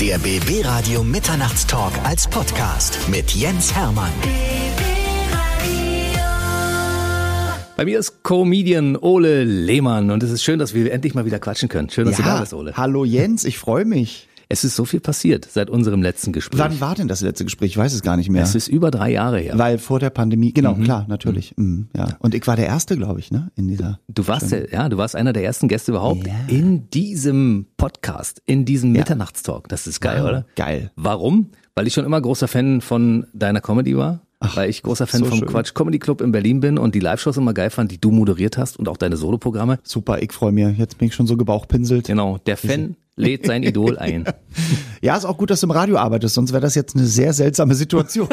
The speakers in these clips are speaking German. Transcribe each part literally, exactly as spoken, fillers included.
Der B B-Radio Mitternachtstalk als Podcast mit Jens Hermann. Bei mir ist Comedian Ole Lehmann und es ist schön, dass wir endlich mal wieder quatschen können. Schön, dass ja, du da bist, Ole. Hallo Jens, ich freue mich. Es ist so viel passiert seit unserem letzten Gespräch. Wann war denn das letzte Gespräch? Ich weiß es gar nicht mehr. Es ist über drei Jahre her. Weil vor der Pandemie, genau, Mhm. klar, natürlich. Mhm, ja. Und ich war der Erste, glaube ich, ne, in dieser. Du warst Stunde. ja, ja, du warst einer der ersten Gäste überhaupt Ja. in diesem Podcast, in diesem Ja. Mitternachtstalk. Das ist geil, Wow, oder? Geil. Warum? Weil ich schon immer großer Fan von deiner Comedy war. Ach, weil ich großer Fan so vom schön. Quatsch Comedy Club in Berlin bin und die Live-Shows immer geil fand, die du moderiert hast und auch deine Soloprogramme. Super, ich freue mich. Jetzt bin ich schon so gebauchpinselt. Genau, der Fan lädt sein Idol ein. Ja, ist auch gut, dass du im Radio arbeitest, sonst wäre das jetzt eine sehr seltsame Situation.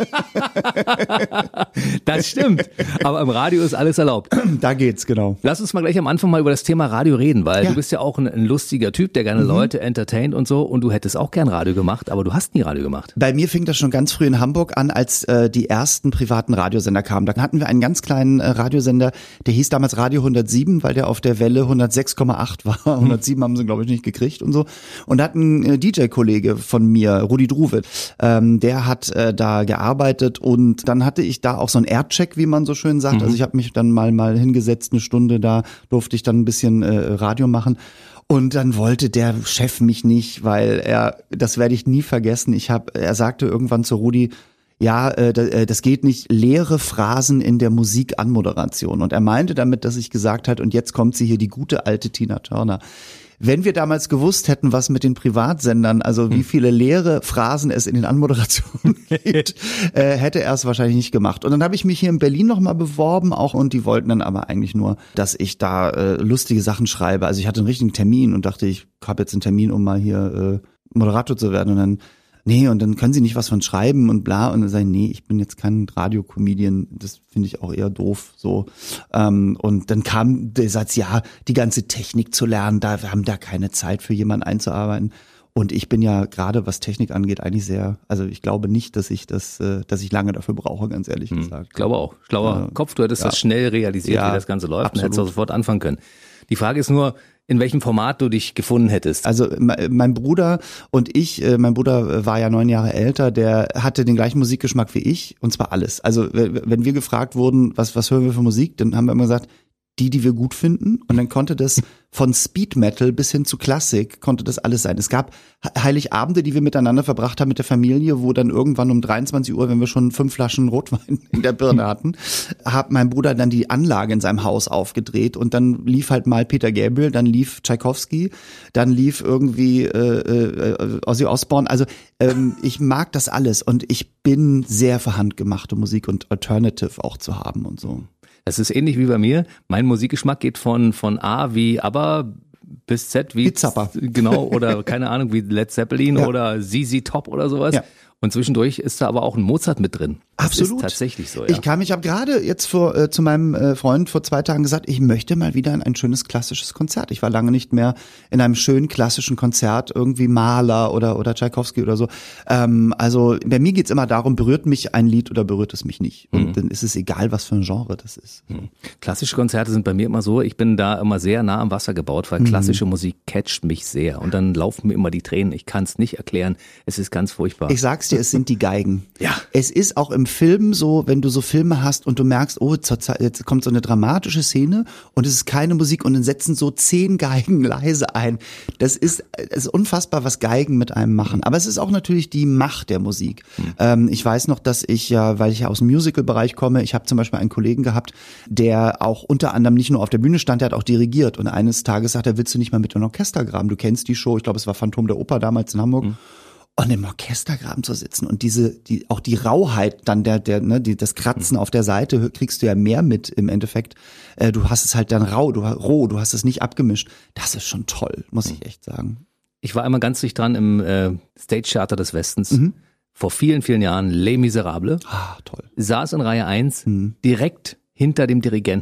Das stimmt. Aber im Radio ist alles erlaubt. Da geht's, genau. Lass uns mal gleich am Anfang mal über das Thema Radio reden, weil Ja. du bist ja auch ein, ein lustiger Typ, der gerne Leute entertaint und so und du hättest auch gern Radio gemacht, aber du hast nie Radio gemacht. Bei mir fing das schon ganz früh in Hamburg an, als äh, die ersten privaten Radiosender kamen. Da hatten wir einen ganz kleinen äh, Radiosender, der hieß damals Radio hundertsieben, weil der auf der Welle hundertsechs Komma acht war. hundertsieben haben sie, glaube ich, nicht gekriegt und so. Und da hat ein äh, D J-Kollege von mir, Rudi Druwe, ähm, der hat äh, da gearbeitet und dann hatte ich da auch so einen Aircheck, wie man so schön sagt. Mhm. Also ich habe mich dann mal mal hingesetzt, eine Stunde da durfte ich dann ein bisschen äh, Radio machen. Und dann wollte der Chef mich nicht, weil er, das werde ich nie vergessen, ich habe, er sagte irgendwann zu Rudi, ja, äh, das geht nicht, leere Phrasen in der Musikanmoderation. Und er meinte damit, dass ich gesagt hat, und jetzt kommt sie hier, die gute alte Tina Turner. Wenn wir damals gewusst hätten, was mit den Privatsendern, also wie viele leere Phrasen es in den Anmoderationen gibt, äh, hätte er es wahrscheinlich nicht gemacht. Und dann habe ich mich hier in Berlin nochmal beworben auch und die wollten dann aber eigentlich nur, dass ich da äh, lustige Sachen schreibe. Also ich hatte einen richtigen Termin und dachte, ich habe jetzt einen Termin, um mal hier äh, Moderator zu werden und dann nee, und dann können sie nicht was von schreiben und bla. Und dann sagen, nee, ich bin jetzt kein Radiokomedian. Das finde ich auch eher doof. So. Ähm, und dann kam der Satz, ja, die ganze Technik zu lernen, da wir haben da keine Zeit für jemanden einzuarbeiten. Und ich bin ja gerade, was Technik angeht, eigentlich sehr, also ich glaube nicht, dass ich das, äh, dass ich lange dafür brauche, ganz ehrlich gesagt. Ich glaube auch. Schlauer Ja. Kopf, du hättest Ja. das schnell realisiert, Ja, wie das Ganze läuft und absolut. hättest auch sofort anfangen können. Die Frage ist nur, in welchem Format du dich gefunden hättest. Also me- mein Bruder und ich, äh, mein Bruder war ja neun Jahre älter, der hatte den gleichen Musikgeschmack wie ich und zwar alles. Also w- wenn wir gefragt wurden, was was hören wir für Musik, dann haben wir immer gesagt, die, die wir gut finden. Und dann konnte das von Speed Metal bis hin zu Klassik, konnte das alles sein. Es gab Heiligabende, die wir miteinander verbracht haben mit der Familie, wo dann irgendwann um dreiundzwanzig Uhr, wenn wir schon fünf Flaschen Rotwein in der Birne hatten, hat mein Bruder dann die Anlage in seinem Haus aufgedreht und dann lief halt mal Peter Gabriel, dann lief Tchaikovsky, dann lief irgendwie äh, äh, Ozzy Osbourne. Also ähm, ich mag das alles und ich bin sehr für handgemachte Musik und Alternative auch zu haben und so. Das ist ähnlich wie bei mir. Mein Musikgeschmack geht von von A wie ABBA bis Z wie Wie Zappa. Genau, oder keine Ahnung, wie Led Zeppelin Ja. oder Z Z Top oder sowas. Ja. Und zwischendurch ist da aber auch ein Mozart mit drin. Das Absolut. ist tatsächlich so, ja. Ich kam, ich habe gerade jetzt vor äh, zu meinem äh, Freund vor zwei Tagen gesagt, ich möchte mal wieder in ein schönes klassisches Konzert. Ich war lange nicht mehr in einem schönen klassischen Konzert, irgendwie Mahler oder oder Tchaikovsky oder so. Ähm, also bei mir geht's immer darum, berührt mich ein Lied oder berührt es mich nicht. Und Mhm. dann ist es egal, was für ein Genre das ist. Klassische Konzerte sind bei mir immer so, ich bin da immer sehr nah am Wasser gebaut, weil klassische Musik catcht mich sehr. Und dann laufen mir immer die Tränen. Ich kann es nicht erklären. Es ist ganz furchtbar. Ich sag's dir, es sind die Geigen. Ja. Es ist auch im Film so, wenn du so Filme hast und du merkst, oh, zur Zeit, jetzt kommt so eine dramatische Szene und es ist keine Musik und dann setzen so zehn Geigen leise ein. Das ist, es ist unfassbar, was Geigen mit einem machen. Aber es ist auch natürlich die Macht der Musik. Mhm. Ähm, ich weiß noch, dass ich ja, weil ich ja aus dem Musical-Bereich komme, ich habe zum Beispiel einen Kollegen gehabt, der auch unter anderem nicht nur auf der Bühne stand, der hat auch dirigiert. Und eines Tages sagt er, willst du nicht mal mit einem Orchestergraben? Du kennst die Show, ich glaube, es war Phantom der Oper damals in Hamburg. Mhm. Und im Orchestergraben zu sitzen und diese, die, auch die Rauheit dann der, der, ne, die, das Kratzen auf der Seite kriegst du ja mehr mit im Endeffekt. Äh, du hast es halt dann rau, du, roh, du hast es nicht abgemischt. Das ist schon toll, muss ich echt sagen. Ich war einmal ganz dicht dran im äh, Stage Theater des Westens. Mhm. Vor vielen, vielen Jahren, Les Miserables. Ah, toll. Saß in Reihe eins, Mhm. direkt hinter dem Dirigenten. Ja.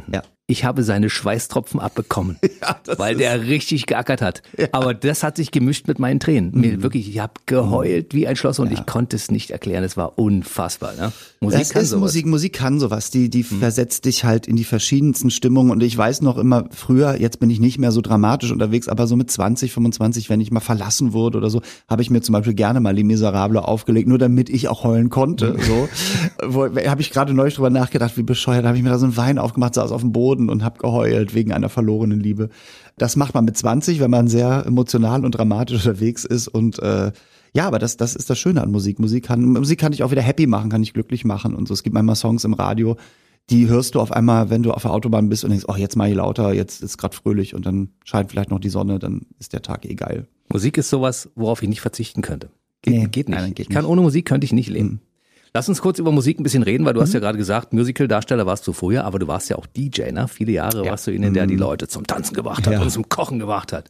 ich habe seine Schweißtropfen abbekommen, Ja, das weil ist- der richtig geackert hat. Aber das hat sich gemischt mit meinen Tränen. Mir wirklich, ich habe geheult wie ein Schloss und ich konnte es nicht erklären. Es war unfassbar. Ne? Musik Das kann ist sowas. Musik, Musik kann sowas. Die, die versetzt dich halt in die verschiedensten Stimmungen. Und ich weiß noch immer früher, jetzt bin ich nicht mehr so dramatisch unterwegs, aber so mit zwanzig, fünfundzwanzig, wenn ich mal verlassen wurde oder so, habe ich mir zum Beispiel gerne mal Les Miserables aufgelegt, nur damit ich auch heulen konnte. So, wo habe ich gerade neulich drüber nachgedacht, wie bescheuert, habe ich mir da so einen Wein aufgemacht, saß auf dem Boden und habe geheult wegen einer verlorenen Liebe. Das macht man mit zwanzig, wenn man sehr emotional und dramatisch unterwegs ist und äh, ja, aber das, das ist das Schöne an Musik. Musik kann, Musik kann dich auch wieder happy machen, kann dich glücklich machen und so. Es gibt manchmal Songs im Radio, die hörst du auf einmal, wenn du auf der Autobahn bist und denkst, oh, jetzt mal hier lauter, jetzt ist gerade fröhlich und dann scheint vielleicht noch die Sonne, dann ist der Tag eh geil. Musik ist sowas, worauf ich nicht verzichten könnte. Geht, Nee, geht nicht. nein, geht ich kann nicht. ohne Musik könnte ich nicht leben. Mhm. Lass uns kurz über Musik ein bisschen reden, weil du hast ja gerade gesagt, Musical-Darsteller warst du vorher, aber du warst ja auch D J, ne? Viele Jahre Ja. warst du ihnen, der die Leute zum Tanzen gebracht hat Ja. und zum Kochen gebracht hat.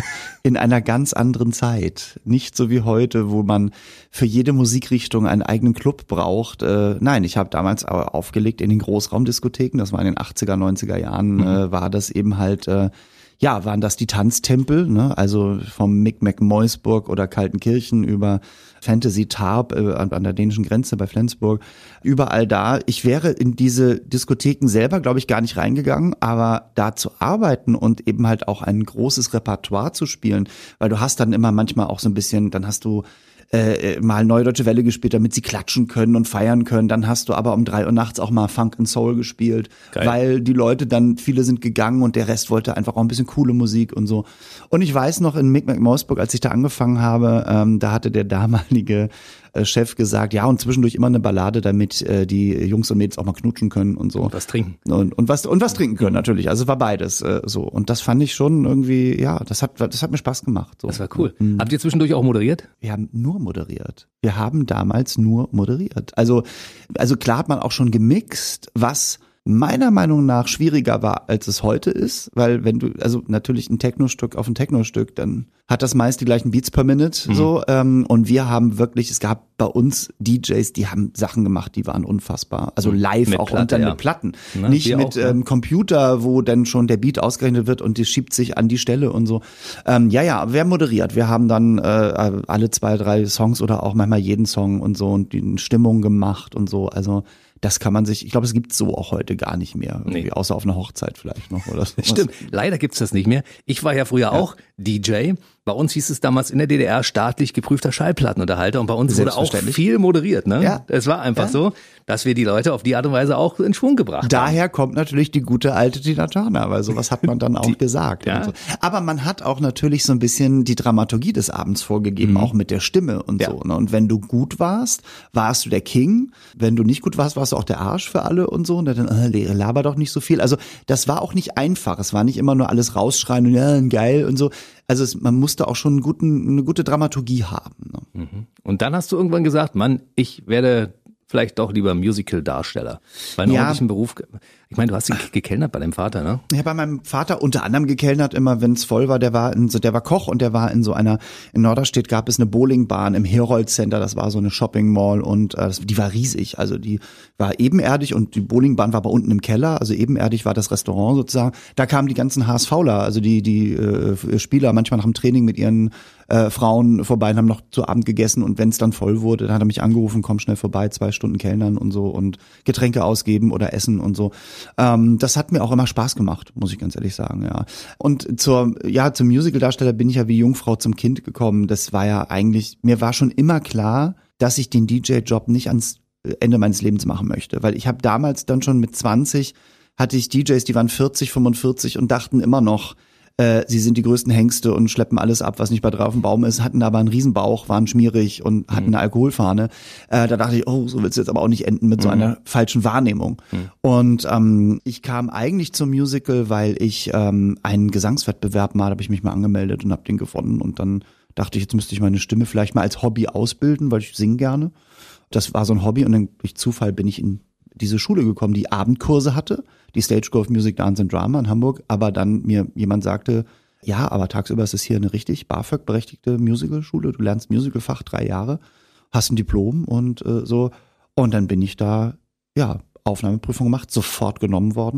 In einer ganz anderen Zeit. Nicht so wie heute, wo man für jede Musikrichtung einen eigenen Club braucht. Äh, nein, ich habe damals aber aufgelegt in den Großraumdiskotheken, das war in den achtziger, neunziger Jahren, Mhm. äh, war das eben halt, äh, ja, waren das die Tanztempel, ne? Also vom Micmac Meusburg oder Kaltenkirchen über Fantasy Tarp äh, an, an der dänischen Grenze bei Flensburg, überall da. Ich wäre in diese Diskotheken selber, glaube ich, gar nicht reingegangen, aber da zu arbeiten und eben halt auch ein großes Repertoire zu spielen, weil du hast dann immer manchmal auch so ein bisschen, dann hast du äh, mal Neue Deutsche Welle gespielt, damit sie klatschen können und feiern können. Dann hast du aber um drei Uhr nachts auch mal Funk and Soul gespielt, Geil. weil die Leute dann, viele sind gegangen und der Rest wollte einfach auch ein bisschen coole Musik und so. Und ich weiß noch in Micmac Meusburg, als ich da angefangen habe, ähm, da hatte der damalige äh, Chef gesagt, ja, und zwischendurch immer eine Ballade, damit äh, die Jungs und Mädels auch mal knutschen können und so. Und was trinken. Und, und was und was trinken können natürlich. Also war beides äh, so. Und das fand ich schon irgendwie, ja, das hat das hat mir Spaß gemacht. So. Das war cool. Habt ihr zwischendurch auch moderiert? Wir haben nur moderiert. Wir haben damals nur moderiert. Also, also klar hat man auch schon gemixt, was meiner Meinung nach schwieriger war, als es heute ist, weil wenn du, also natürlich ein Techno-Stück auf ein Techno-Stück, dann hat das meist die gleichen Beats per Minute, Mhm. so, ähm, und wir haben wirklich, es gab bei uns D Js, die haben Sachen gemacht, die waren unfassbar, also live Mit auch Platte, und dann ja. mit Platten, Na, nicht wir mit auch, ne? ähm, Computer, wo dann schon der Beat ausgerechnet wird und die schiebt sich an die Stelle und so. Ähm, ja, ja, wer moderiert? Wir haben dann äh, alle zwei, drei Songs oder auch manchmal jeden Song und so und die Stimmung gemacht und so, also das kann man sich, ich glaube, es gibt so auch heute gar nicht mehr, irgendwie, Nee. außer auf einer Hochzeit vielleicht noch oder so. Stimmt, leider gibt's das nicht mehr. Ich war ja früher auch D J. Bei uns hieß es damals in der D D R staatlich geprüfter Schallplattenunterhalter und bei uns wurde auch Selbstverständlich. viel moderiert. Ne? Ja. Es war einfach Ja. so, dass wir die Leute auf die Art und Weise auch in Schwung gebracht haben. Daher kommt natürlich die gute alte Tina Turner, weil sowas hat man dann auch Die- gesagt. ja. Und so. Aber man hat auch natürlich so ein bisschen die Dramaturgie des Abends vorgegeben, auch mit der Stimme und Ja. so. Ne? Und wenn du gut warst, warst du der King. Wenn du nicht gut warst, warst du auch der Arsch für alle und so. Und dann, äh, laber doch nicht so viel. Also das war auch nicht einfach. Es war nicht immer nur alles rausschreien und ja, geil und so. Also es, man musste auch schon einen guten, eine gute Dramaturgie haben. Ne? Und dann hast du irgendwann gesagt, Mann, ich werde vielleicht doch lieber Musical-Darsteller. Bei einem Ja. ordentlichen Beruf. Ich meine, du hast ihn gekellnert bei deinem Vater, ne? Ich habe bei meinem Vater unter anderem gekellnert, immer wenn es voll war, der war in so, der war Koch und der war in so einer, in Norderstedt gab es eine Bowlingbahn im Herold Center, das war so eine Shopping Mall und äh, das, die war riesig, also die war ebenerdig und die Bowlingbahn war aber unten im Keller, also ebenerdig war das Restaurant sozusagen. Da kamen die ganzen HSVler, also die die äh, Spieler manchmal nach dem Training mit ihren äh, Frauen vorbei und haben noch zu Abend gegessen und wenn es dann voll wurde, dann hat er mich angerufen, komm schnell vorbei, zwei Stunden kellnern und so und Getränke ausgeben oder essen und so. Ähm, das hat mir auch immer Spaß gemacht, muss ich ganz ehrlich sagen, ja. Und zur, ja, zum Musical-Darsteller bin ich ja wie Jungfrau zum Kind gekommen. Das war ja eigentlich, mir war schon immer klar, dass ich den D J-Job nicht ans Ende meines Lebens machen möchte, weil ich habe damals dann schon mit zwanzig hatte ich D Js, die waren vierzig, fünfundvierzig und dachten immer noch, äh, sie sind die größten Hengste und schleppen alles ab, was nicht bei drei auf dem Baum ist, hatten aber einen Riesenbauch, waren schmierig und hatten eine Alkoholfahne. Äh, da dachte ich, oh, so willst du jetzt aber auch nicht enden mit so einer falschen Wahrnehmung. Und ähm, ich kam eigentlich zum Musical, weil ich ähm, einen Gesangswettbewerb mal, habe ich mich mal angemeldet und habe den gewonnen und dann dachte ich, jetzt müsste ich meine Stimme vielleicht mal als Hobby ausbilden, weil ich singe gerne. Das war so ein Hobby und dann durch Zufall bin ich in diese Schule gekommen, die Abendkurse hatte, die Stage School of Music, Dance and Drama in Hamburg, aber dann mir jemand sagte, ja, aber tagsüber ist es hier eine richtig BAföG-berechtigte Musicalschule, du lernst Musicalfach drei Jahre, hast ein Diplom und äh, so und dann bin ich da, ja, Aufnahmeprüfung gemacht, sofort genommen worden,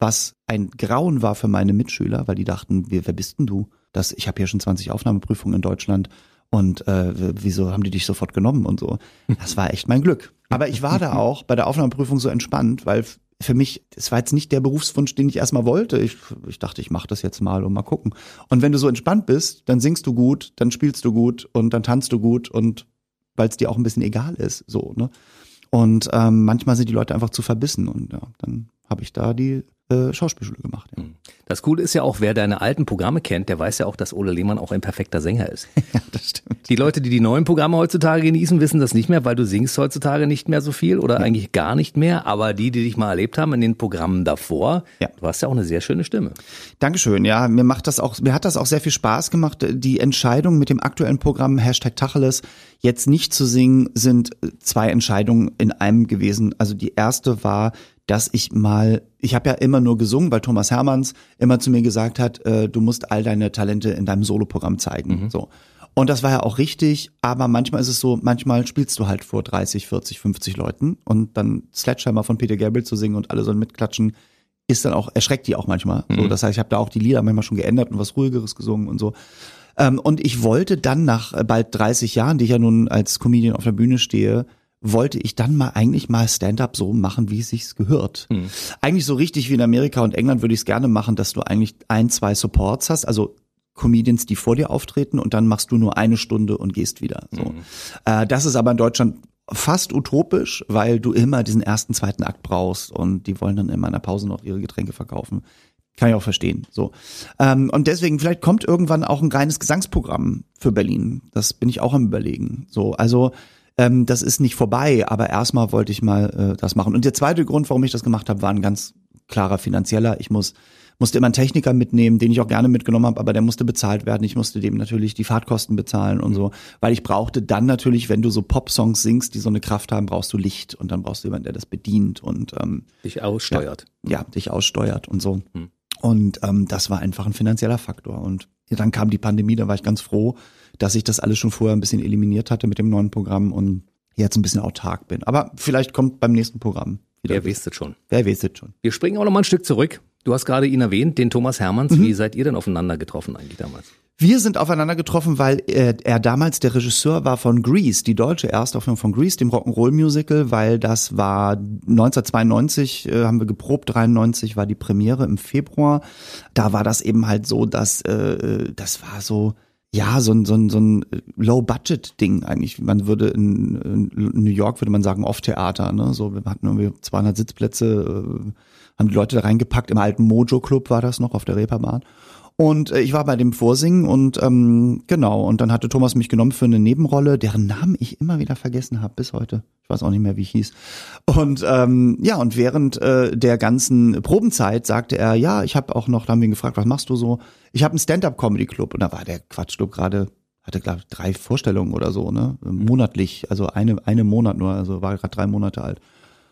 was ein Grauen war für meine Mitschüler, weil die dachten, wer, wer bist denn du? Das, ich habe hier schon zwanzig Aufnahmeprüfungen in Deutschland und äh, wieso haben die dich sofort genommen und so. Das war echt mein Glück. Aber ich war da auch bei der Aufnahmeprüfung so entspannt, weil für mich, es war jetzt nicht der Berufswunsch, den ich erstmal wollte. Ich, ich dachte, ich mache das jetzt mal und mal gucken. Und wenn du so entspannt bist, dann singst du gut, dann spielst du gut und dann tanzt du gut und weil es dir auch ein bisschen egal ist, so, ne? Und ähm, manchmal sind die Leute einfach zu verbissen und ja, dann habe ich da die äh, Schauspielschule gemacht. Ja. Das Coole ist ja auch, wer deine alten Programme kennt, der weiß ja auch, dass Ole Lehmann auch ein perfekter Sänger ist. Ja, das stimmt. Die Leute, die die neuen Programme heutzutage genießen, wissen das nicht mehr, weil du singst heutzutage nicht mehr so viel oder ja. eigentlich gar nicht mehr. Aber die, die dich mal erlebt haben in den Programmen davor, ja. du hast ja auch eine sehr schöne Stimme. Dankeschön, ja, mir macht das auch, mir hat das auch sehr viel Spaß gemacht. Die Entscheidung mit dem aktuellen Programm Hashtag Tacheles jetzt nicht zu singen, sind zwei Entscheidungen in einem gewesen. Also die erste war, dass ich mal, ich habe ja immer nur gesungen, weil Thomas Hermanns immer zu mir gesagt hat, äh, du musst all deine Talente in deinem Soloprogramm zeigen. Mhm. So. Und das war ja auch richtig, aber manchmal ist es so, manchmal spielst du halt vor dreißig, vierzig, fünfzig Leuten und dann Sledgehammer von Peter Gabriel zu singen und alle sollen mitklatschen, ist dann auch, erschreckt die auch manchmal. Mhm. So, das heißt, ich habe da auch die Lieder manchmal schon geändert und was Ruhigeres gesungen und so. Ähm, und ich wollte dann nach bald dreißig Jahren, die ich ja nun als Comedian auf der Bühne stehe, wollte ich dann mal eigentlich mal Stand-up so machen, wie es sich gehört. Hm. Eigentlich so richtig wie in Amerika und England würde ich es gerne machen, dass du eigentlich ein, zwei Supports hast, also Comedians, die vor dir auftreten und dann machst du nur eine Stunde und gehst wieder. So. Hm. Äh, das ist aber in Deutschland fast utopisch, weil du immer diesen ersten, zweiten Akt brauchst und die wollen dann in meiner Pause noch ihre Getränke verkaufen. Kann ich auch verstehen. So. Ähm, und deswegen, vielleicht kommt irgendwann auch ein reines Gesangsprogramm für Berlin. Das bin ich auch am Überlegen. So, also Ähm, das ist nicht vorbei, aber erstmal wollte ich mal äh, das machen. Und der zweite Grund, warum ich das gemacht habe, war ein ganz klarer finanzieller. Ich muss musste immer einen Techniker mitnehmen, den ich auch gerne mitgenommen habe, aber der musste bezahlt werden. Ich musste dem natürlich die Fahrtkosten bezahlen und so, weil ich brauchte dann natürlich, wenn du so Pop-Songs singst, die so eine Kraft haben, brauchst du Licht und dann brauchst du jemanden, der das bedient und ähm, dich aussteuert. Ja, ja, dich aussteuert und so. Hm. Und ähm, das war einfach ein finanzieller Faktor. Und ja, dann kam die Pandemie, da war ich ganz froh, dass ich das alles schon vorher ein bisschen eliminiert hatte mit dem neuen Programm und jetzt ein bisschen autark bin. Aber vielleicht kommt beim nächsten Programm wieder. Wer weiß es schon. Wer weiß es schon. Wir springen auch noch mal ein Stück zurück. Du hast gerade ihn erwähnt, den Thomas Hermanns. Mhm. Wie seid ihr denn aufeinander getroffen eigentlich damals? Wir sind aufeinander getroffen, weil er, er damals der Regisseur war von Grease, die deutsche Erstaufführung von Grease, dem Rock'n'Roll-Musical, weil das war neunzehnhundertzweiundneunzig, äh, haben wir geprobt, dreiundneunzig war die Premiere im Februar. Da war das eben halt so, dass äh, das war so, ja, so ein, so ein, so ein Low-Budget-Ding eigentlich. Man würde in, in New York, würde man sagen, Off-Theater, ne? So, wir hatten irgendwie zweihundert Sitzplätze, äh, haben die Leute da reingepackt. Im alten Mojo-Club war das noch, auf der Reeperbahn. Und äh, ich war bei dem Vorsingen und ähm, genau, und dann hatte Thomas mich genommen für eine Nebenrolle, deren Namen ich immer wieder vergessen habe, bis heute. Ich weiß auch nicht mehr, wie ich hieß. Und ähm, ja, und während äh, der ganzen Probenzeit sagte er, ja, ich habe auch noch, da haben wir ihn gefragt, was machst du so? Ich habe einen Stand-up-Comedy-Club und da war der Quatschclub gerade, hatte glaube ich drei Vorstellungen oder so, ne, monatlich, also eine eine Monat nur, also war gerade drei Monate alt.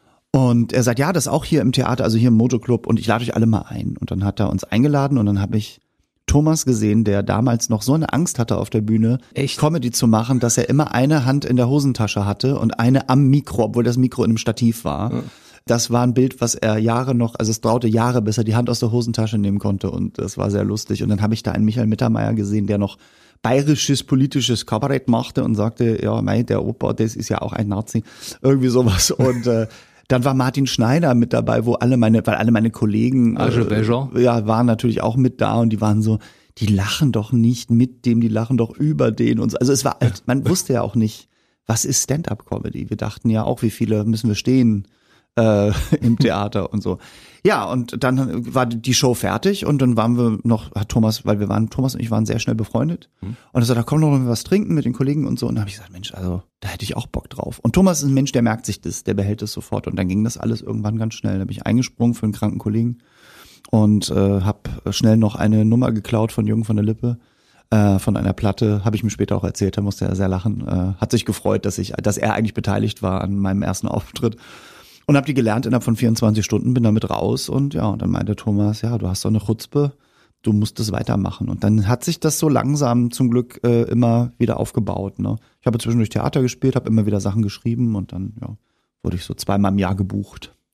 Und er sagt, ja, das auch hier im Theater, also hier im Mojo Club und ich lade euch alle mal ein. Und dann hat er uns eingeladen und dann habe ich Thomas gesehen, der damals noch so eine Angst hatte auf der Bühne, Echt? Comedy zu machen, dass er immer eine Hand in der Hosentasche hatte und eine am Mikro, obwohl das Mikro in einem Stativ war. Ja. Das war ein Bild, was er Jahre noch, also es dauerte Jahre, bis er die Hand aus der Hosentasche nehmen konnte und das war sehr lustig. Und dann habe ich da einen Michael Mittermeier gesehen, der noch bayerisches politisches Kabarett machte und sagte, ja, mei, der Opa, das ist ja auch ein Nazi, irgendwie sowas. Und äh, dann war Martin Schneider mit dabei, wo alle meine, weil alle meine Kollegen äh, ja, waren natürlich auch mit da und die waren so, die lachen doch nicht mit dem, die lachen doch über den und so. Also es war, man wusste ja auch nicht, was ist Stand-up-Comedy? Wir dachten ja auch, wie viele müssen wir stehen äh, im Theater und so. Ja, und dann war die Show fertig und dann waren wir noch, hat Thomas, weil wir waren, Thomas und ich waren sehr schnell befreundet. Mhm. Und er sagte, da komm noch mal was trinken mit den Kollegen und so. Und dann habe ich gesagt, Mensch, also da hätte ich auch Bock drauf. Und Thomas ist ein Mensch, der merkt sich das, der behält das sofort. Und dann ging das alles irgendwann ganz schnell. Da bin ich eingesprungen für einen kranken Kollegen und äh, habe schnell noch eine Nummer geklaut von Jürgen von der Lippe. Äh, von einer Platte, habe ich mir später auch erzählt, da musste er sehr lachen. Äh, hat sich gefreut, dass ich, dass er eigentlich beteiligt war an meinem ersten Auftritt. Und habe die gelernt innerhalb von vierundzwanzig Stunden, bin damit raus und ja, und dann meinte Thomas, ja, du hast doch eine Chutzpe, du musst das weitermachen. Und dann hat sich das so langsam zum Glück äh, immer wieder aufgebaut. Ne? Ich habe zwischendurch Theater gespielt, habe immer wieder Sachen geschrieben und dann ja, wurde ich so zweimal im Jahr gebucht.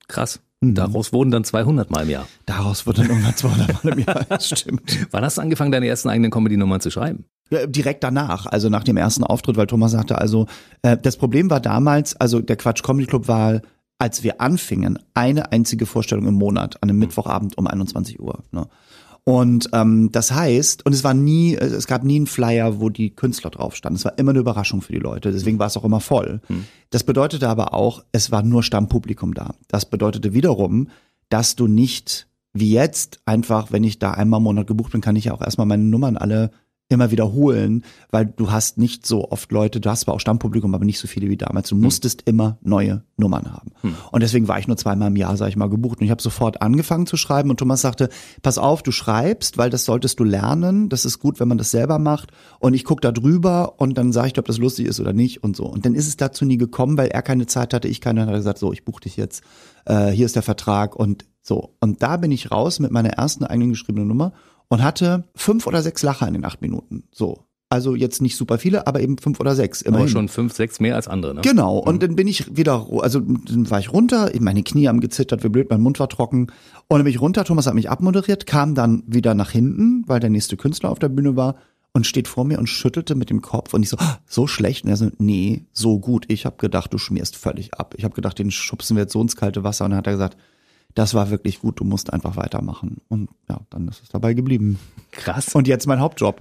Krass. Daraus wurden dann zweihundert Mal im Jahr. Daraus wurden dann irgendwann zweihundert Mal im Jahr, das stimmt. Wann hast du angefangen, deine ersten eigenen Comedy-Nummern zu schreiben? Ja, direkt danach, also nach dem ersten Auftritt, weil Thomas sagte, also äh, das Problem war damals, also der Quatsch Comedy Club war, als wir anfingen, eine einzige Vorstellung im Monat, an einem Mittwochabend um einundzwanzig Uhr. Ne? Und ähm, das heißt, und es war nie, es gab nie einen Flyer, wo die Künstler drauf standen. Es war immer eine Überraschung für die Leute, deswegen war es auch immer voll. Hm. Das bedeutete aber auch, es war nur Stammpublikum da. Das bedeutete wiederum, dass du nicht wie jetzt einfach, wenn ich da einmal im Monat gebucht bin, kann ich ja auch erstmal meine Nummern alle immer wiederholen, weil du hast nicht so oft Leute, du hast zwar auch Stammpublikum, aber nicht so viele wie damals. Du musstest hm. immer neue Nummern haben. Hm. Und deswegen war ich nur zweimal im Jahr, sag ich mal, gebucht. Und ich habe sofort angefangen zu schreiben und Thomas sagte, pass auf, du schreibst, weil das solltest du lernen. Das ist gut, wenn man das selber macht. Und ich gucke da drüber und dann sage ich dir, ob das lustig ist oder nicht und so. Und dann ist es dazu nie gekommen, weil er keine Zeit hatte, ich keine. Dann hat er gesagt, so, ich buche dich jetzt. Äh, hier ist der Vertrag und so. Und da bin ich raus mit meiner ersten eigenen geschriebenen Nummer und hatte fünf oder sechs Lacher in den acht Minuten. So. Also jetzt nicht super viele, aber eben fünf oder sechs. Immerhin. Aber schon fünf, sechs mehr als andere, ne? Genau. Und mhm. dann bin ich wieder, also dann war ich runter, meine Knie haben gezittert, wie blöd, mein Mund war trocken. Und dann bin ich runter, Thomas hat mich abmoderiert, kam dann wieder nach hinten, weil der nächste Künstler auf der Bühne war und steht vor mir und schüttelte mit dem Kopf und ich so, so schlecht. Und er so, nee, so gut. Ich habe gedacht, du schmierst völlig ab. Ich habe gedacht, den schubsen wir jetzt so ins kalte Wasser. Und dann hat er gesagt, das war wirklich gut, du musst einfach weitermachen. Und ja, dann ist es dabei geblieben. Krass. Und jetzt mein Hauptjob.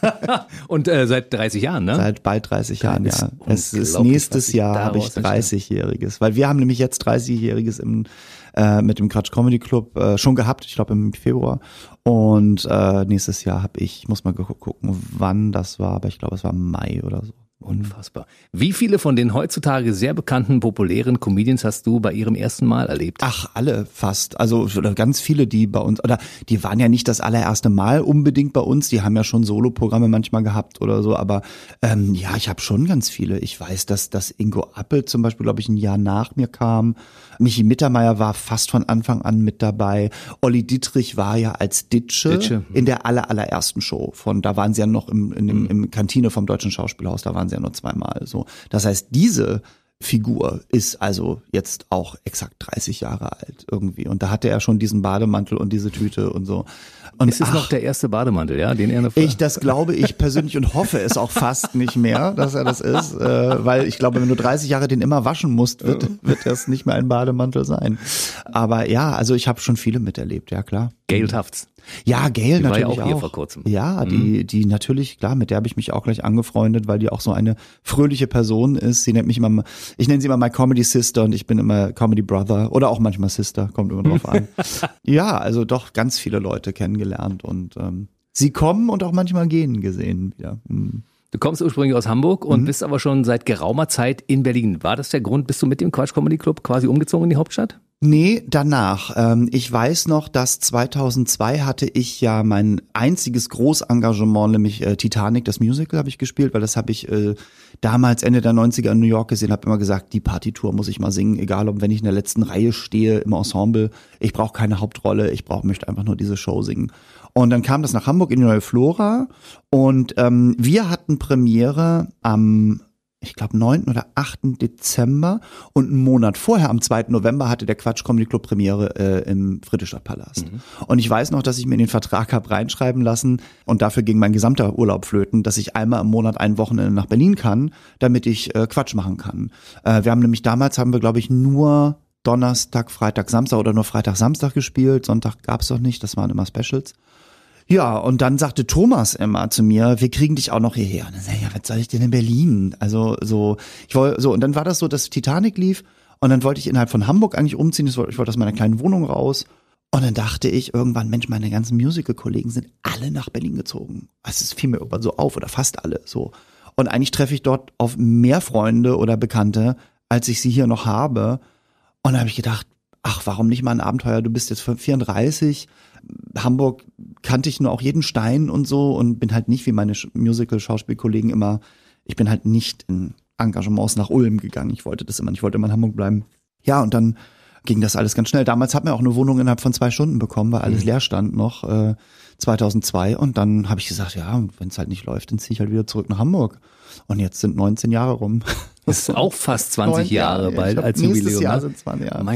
Und äh, seit dreißig Jahren, ne? Seit bald dreißig Jahren, ja. Es ist nächstes Jahr habe ich dreißigjähriges. Weil wir haben nämlich jetzt dreißigjähriges im, äh, mit dem Quatsch Comedy Club äh, schon gehabt, ich glaube im Februar. Und äh, nächstes Jahr habe ich, ich muss mal gucken, wann das war, aber ich glaube, es war Mai oder so. Unfassbar. Wie viele von den heutzutage sehr bekannten, populären Comedians hast du bei ihrem ersten Mal erlebt? Ach, alle fast. Also oder ganz viele, die bei uns, oder die waren ja nicht das allererste Mal unbedingt bei uns, die haben ja schon Soloprogramme manchmal gehabt oder so, aber ähm, ja, ich habe schon ganz viele. Ich weiß, dass, dass Ingo Appelt zum Beispiel, glaube ich, ein Jahr nach mir kam. Michi Mittermeier war fast von Anfang an mit dabei. Olli Dittrich war ja als Ditsche, Ditsche. in der aller, allerersten Show. Von da waren sie ja noch im, in dem, im Kantine vom Deutschen Schauspielhaus, da waren sie ja nur zweimal so. Das heißt, diese Figur ist also jetzt auch exakt dreißig Jahre alt irgendwie. Und da hatte er schon diesen Bademantel und diese Tüte und so. Und ist es ach, noch der erste Bademantel, ja, den er noch Ich, das glaube ich persönlich und hoffe es auch fast nicht mehr, dass er das ist, äh, weil ich glaube, wenn du dreißig Jahre den immer waschen musst, wird, wird das nicht mehr ein Bademantel sein. Aber ja, also ich habe schon viele miterlebt, ja klar. Gail Tufts. Ja, Gail die natürlich war ja auch, auch. Hier vor kurzem. Ja, die, die natürlich, klar, mit der habe ich mich auch gleich angefreundet, weil die auch so eine fröhliche Person ist. Sie nennt mich immer, ich nenne sie immer my Comedy Sister und ich bin immer Comedy Brother oder auch manchmal Sister, kommt immer drauf an. Ja, also doch ganz viele Leute kennengelernt und ähm, sie kommen und auch manchmal gehen gesehen wieder. Mhm. Du kommst ursprünglich aus Hamburg und Mhm. bist aber schon seit geraumer Zeit in Berlin. War das der Grund? Bist du mit dem Quatsch Comedy Club quasi umgezogen in die Hauptstadt? Nee, danach. Ähm, ich weiß noch, dass zweitausendzwei hatte ich ja mein einziges Großengagement, nämlich äh, Titanic, das Musical, habe ich gespielt, weil das habe ich äh, damals Ende der neunziger in New York gesehen, habe immer gesagt, die Partitur muss ich mal singen, egal ob wenn ich in der letzten Reihe stehe im Ensemble. Ich brauche keine Hauptrolle, ich brauche möchte einfach nur diese Show singen. Und dann kam das nach Hamburg in die Neue Flora und ähm, wir hatten Premiere am ich glaube neunten oder achten Dezember und einen Monat vorher, am zweiten November, hatte der Quatsch Comedy Club Premiere äh, im Friedrichstadtpalast. Mhm. Und ich weiß noch, dass ich mir in den Vertrag habe reinschreiben lassen und dafür ging mein gesamter Urlaub flöten, dass ich einmal im Monat ein Wochenende nach Berlin kann, damit ich äh, Quatsch machen kann. Äh, wir haben nämlich damals, haben wir glaube ich nur Donnerstag, Freitag, Samstag oder nur Freitag, Samstag gespielt. Sonntag gab's doch nicht, das waren immer Specials. Ja, und dann sagte Thomas immer zu mir, wir kriegen dich auch noch hierher. Und dann sag ich, ja, was soll ich denn in Berlin? Also so, ich wollte so, und dann war das so, dass Titanic lief und dann wollte ich innerhalb von Hamburg eigentlich umziehen. Ich wollte aus meiner kleinen Wohnung raus. Und dann dachte ich irgendwann, Mensch, meine ganzen Musical-Kollegen sind alle nach Berlin gezogen. Also es fiel mir irgendwann so auf oder fast alle so. Und eigentlich treffe ich dort auf mehr Freunde oder Bekannte, als ich sie hier noch habe. Und da habe ich gedacht, ach, warum nicht mal ein Abenteuer? Du bist jetzt vierunddreißig. Hamburg kannte ich nur auch jeden Stein und so und bin halt nicht wie meine Musical-Schauspielkollegen immer, ich bin halt nicht in Engagements nach Ulm gegangen. Ich wollte das immer, ich wollte immer in Hamburg bleiben. Ja, und dann ging das alles ganz schnell. Damals hat man auch eine Wohnung innerhalb von zwei Stunden bekommen, weil alles mhm. leer stand noch, äh, zweitausendzwei. Und dann habe ich gesagt, ja, wenn es halt nicht läuft, dann ziehe ich halt wieder zurück nach Hamburg. Und jetzt sind neunzehn Jahre rum. Das ist auch fast zwanzig Jahre, Jahre bald als Jubiläum. Nächstes Jahr sind zwanzig Jahre. Mein,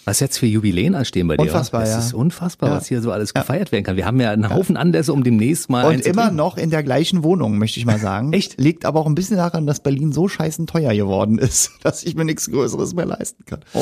Was jetzt für Jubiläen anstehen bei dir? Unfassbar, das ja. ist unfassbar, Ja. was hier so alles Ja. gefeiert werden kann. Wir haben ja einen Haufen Anlässe, um demnächst mal Und immer einzutrinken. noch in der gleichen Wohnung, möchte ich mal sagen. Echt? Liegt aber auch ein bisschen daran, dass Berlin so scheißen teuer geworden ist, dass ich mir nichts Größeres mehr leisten kann. Oh.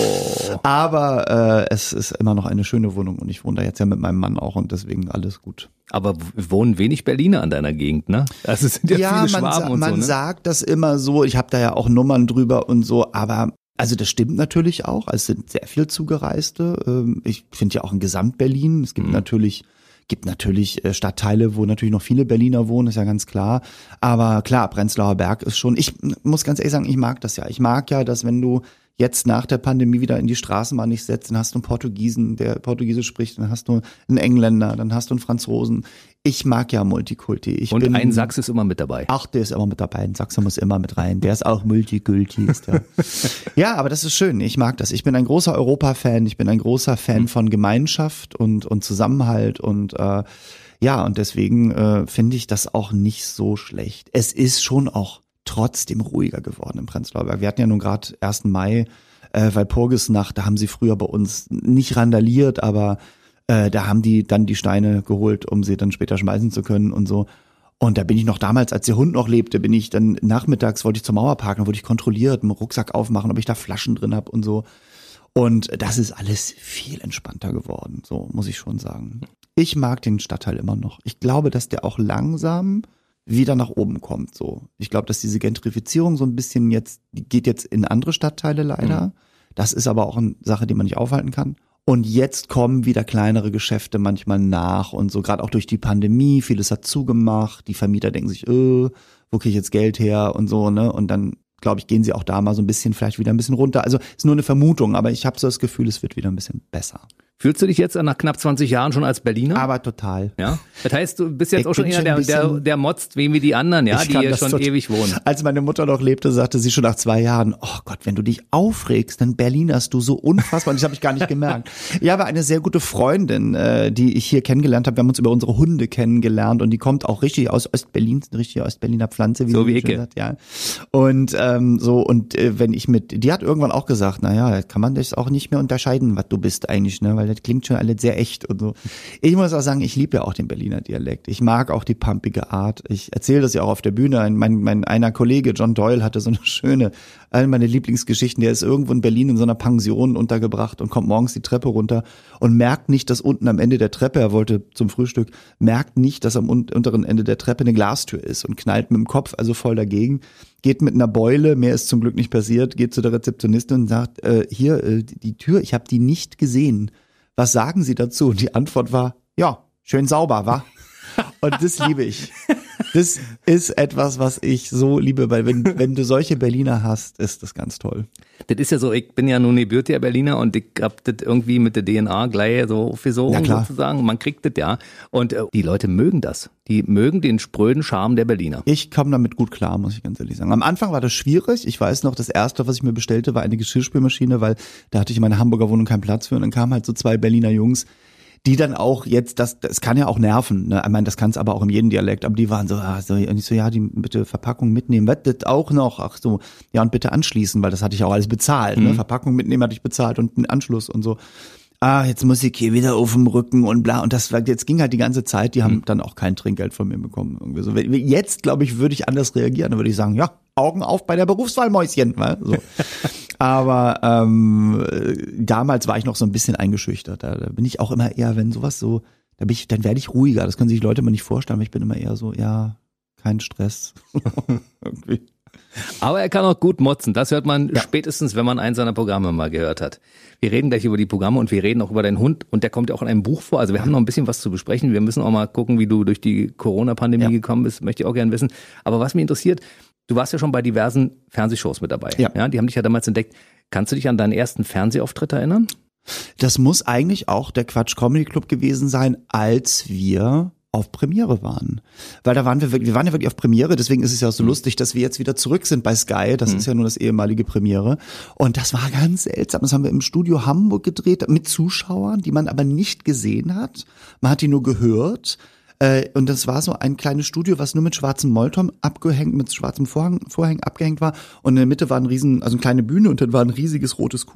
Aber äh, es ist immer noch eine schöne Wohnung und ich wohne da jetzt ja mit meinem Mann auch und deswegen alles gut. Aber w- wohnen wenig Berliner an deiner Gegend, ne? Also es sind ja, Ja, viele man, Schwaben sa- und man so, ne? sagt das immer so, ich habe da ja auch Nummern drüber und so, aber also das stimmt natürlich auch, es sind sehr viel Zugereiste. Ähm, Ich finde ja auch in Gesamt-Berlin, es gibt Mhm. natürlich gibt natürlich äh, Stadtteile, wo natürlich noch viele Berliner wohnen, ist ja ganz klar. Aber klar, Prenzlauer Berg ist schon, ich muss ganz ehrlich sagen, ich mag das ja. Ich mag ja, dass wenn du jetzt nach der Pandemie wieder in die Straßenbahn nicht setzt, dann hast du einen Portugiesen, der Portugiesisch spricht, dann hast du einen Engländer, dann hast du einen Franzosen. Ich mag ja Multikulti. Ich Und bin, ein Sachs ist immer mit dabei. Ach, der ist immer mit dabei. Ein Sachse muss immer mit rein. Der ist auch Multikulti. Ist der. Ja, aber das ist schön. Ich mag das. Ich bin ein großer Europa-Fan. Ich bin ein großer Fan von Gemeinschaft und, und Zusammenhalt und äh, ja, und deswegen äh, finde ich das auch nicht so schlecht. Es ist schon auch trotzdem ruhiger geworden im Prenzlauer Berg. Wir hatten ja nun gerade ersten Mai, äh, Walpurgisnacht, da haben sie früher bei uns nicht randaliert, aber äh, da haben die dann die Steine geholt, um sie dann später schmeißen zu können und so. Und da bin ich noch damals, als der Hund noch lebte, bin ich dann nachmittags, wollte ich zum Mauerpark, dann wurde ich kontrolliert, einen Rucksack aufmachen, ob ich da Flaschen drin habe und so. Und das ist alles viel entspannter geworden, so muss ich schon sagen. Ich mag den Stadtteil immer noch. Ich glaube, dass der auch langsam wieder nach oben kommt, so. Ich glaube, dass diese Gentrifizierung so ein bisschen jetzt, die geht jetzt in andere Stadtteile leider. Mhm. Das ist aber auch eine Sache, die man nicht aufhalten kann. Und jetzt kommen wieder kleinere Geschäfte manchmal nach und so, gerade auch durch die Pandemie, vieles hat zugemacht, die Vermieter denken sich, äh, wo kriege ich jetzt Geld her und so, ne? Und dann, glaube ich, gehen sie auch da mal so ein bisschen, vielleicht wieder ein bisschen runter. Also ist nur eine Vermutung, aber ich habe so das Gefühl, es wird wieder ein bisschen besser. Fühlst du dich jetzt nach knapp zwanzig Jahren schon als Berliner? Aber total. Ja. Das heißt, du bist jetzt Ich auch schon bin einer, schon der, ein der, bisschen- der motzt wie die anderen, ja, Ich die kann hier das schon tot- ewig wohnen. Als meine Mutter noch lebte, sagte sie schon nach zwei Jahren, oh Gott, wenn du dich aufregst, dann Berlinerst du so unfassbar. Und das habe ich gar nicht gemerkt. Ich habe eine sehr gute Freundin, äh, die ich hier kennengelernt habe. Wir haben uns über unsere Hunde kennengelernt und die kommt auch richtig aus Ostberlin, eine richtige Ostberliner Pflanze, wie So sie wie schön Icke. sagt, ja. Und ähm, so, und äh, wenn ich mit, die hat irgendwann auch gesagt, naja, kann man das auch nicht mehr unterscheiden, was du bist eigentlich, ne? Weil das klingt schon alles sehr echt und so. Ich muss auch sagen, ich liebe ja auch den Berliner Dialekt. Ich mag auch die pumpige Art. Ich erzähle das ja auch auf der Bühne. Mein, mein einer Kollege, John Doyle, hatte so eine schöne, eine meiner Lieblingsgeschichten. Der ist irgendwo in Berlin in so einer Pension untergebracht und kommt morgens die Treppe runter und merkt nicht, dass unten am Ende der Treppe, er wollte zum Frühstück, merkt nicht, dass am un- unteren Ende der Treppe eine Glastür ist und knallt mit dem Kopf also voll dagegen. Geht mit einer Beule, mehr ist zum Glück nicht passiert, geht zu der Rezeptionistin und sagt, äh, hier, äh, die, die Tür, ich habe die nicht gesehen. Was sagen Sie dazu? Und die Antwort war, ja, schön sauber, wa? Und das liebe ich. Das ist etwas, was ich so liebe, weil wenn, wenn du solche Berliner hast, ist das ganz toll. Das ist ja so, ich bin ja nun gebürtiger Berliner und ich hab das irgendwie mit der D N A gleich so aufgesogen Ja, klar. sozusagen. Man kriegt das ja. Und äh, die Leute mögen das. Die mögen den spröden Charme der Berliner. Ich komme damit gut klar, muss ich ganz ehrlich sagen. Am Anfang war das schwierig. Ich weiß noch, das erste, was ich mir bestellte, war eine Geschirrspülmaschine, weil da hatte ich in meiner Hamburger Wohnung keinen Platz für. Und dann kamen halt so zwei Berliner Jungs, die dann auch jetzt, das, das kann ja auch nerven, ne? Ich meine, das kann es aber auch in jedem Dialekt, aber die waren so, ah, so, und ich so, ja, die bitte Verpackung mitnehmen, was, das auch noch, ach so, ja, und bitte anschließen, weil das hatte ich auch alles bezahlt, ne? Verpackung mitnehmen hatte ich bezahlt und einen Anschluss und so. Ah, jetzt muss ich hier wieder auf dem Rücken und bla, und das war, jetzt ging halt die ganze Zeit, die haben dann auch kein Trinkgeld von mir bekommen, irgendwie so. Jetzt, glaube ich, würde ich anders reagieren, dann würde ich sagen, ja, Augen auf bei der Berufswahl, Mäuschen, ne? So. Aber ähm, damals war ich noch so ein bisschen eingeschüchtert. Da, da bin ich auch immer eher, wenn sowas so, da bin ich, dann werde ich ruhiger. Das können sich die Leute mal nicht vorstellen, aber ich bin immer eher so, ja, kein Stress. Irgendwie. Aber er kann auch gut motzen. Das hört man Ja. spätestens, wenn man eins seiner Programme mal gehört hat. Wir reden gleich über die Programme und wir reden auch über deinen Hund. Und der kommt ja auch in einem Buch vor. Also wir haben noch ein bisschen was zu besprechen. Wir müssen auch mal gucken, wie du durch die Corona-Pandemie Ja. gekommen bist. Möchte ich auch gerne wissen. Aber was mich interessiert, du warst ja schon bei diversen Fernsehshows mit dabei. Ja. Ja, die haben dich ja damals entdeckt. Kannst du dich an deinen ersten Fernsehauftritt erinnern? Das muss eigentlich auch der Quatsch Comedy Club gewesen sein, als wir auf Premiere waren. Weil da waren wir wirklich, wir waren ja wirklich auf Premiere, deswegen ist es ja auch so Mhm. lustig, dass wir jetzt wieder zurück sind bei Sky. Das Mhm. ist ja nur das ehemalige Premiere. Und das war ganz seltsam. Das haben wir im Studio Hamburg gedreht mit Zuschauern, die man aber nicht gesehen hat. Man hat die nur gehört. Äh, Und das war so ein kleines Studio, was nur mit schwarzem Molton abgehängt, mit schwarzem Vorhang, Vorhang abgehängt war. Und in der Mitte war ein riesen, also eine kleine Bühne und dann war ein riesiges rotes Kuh.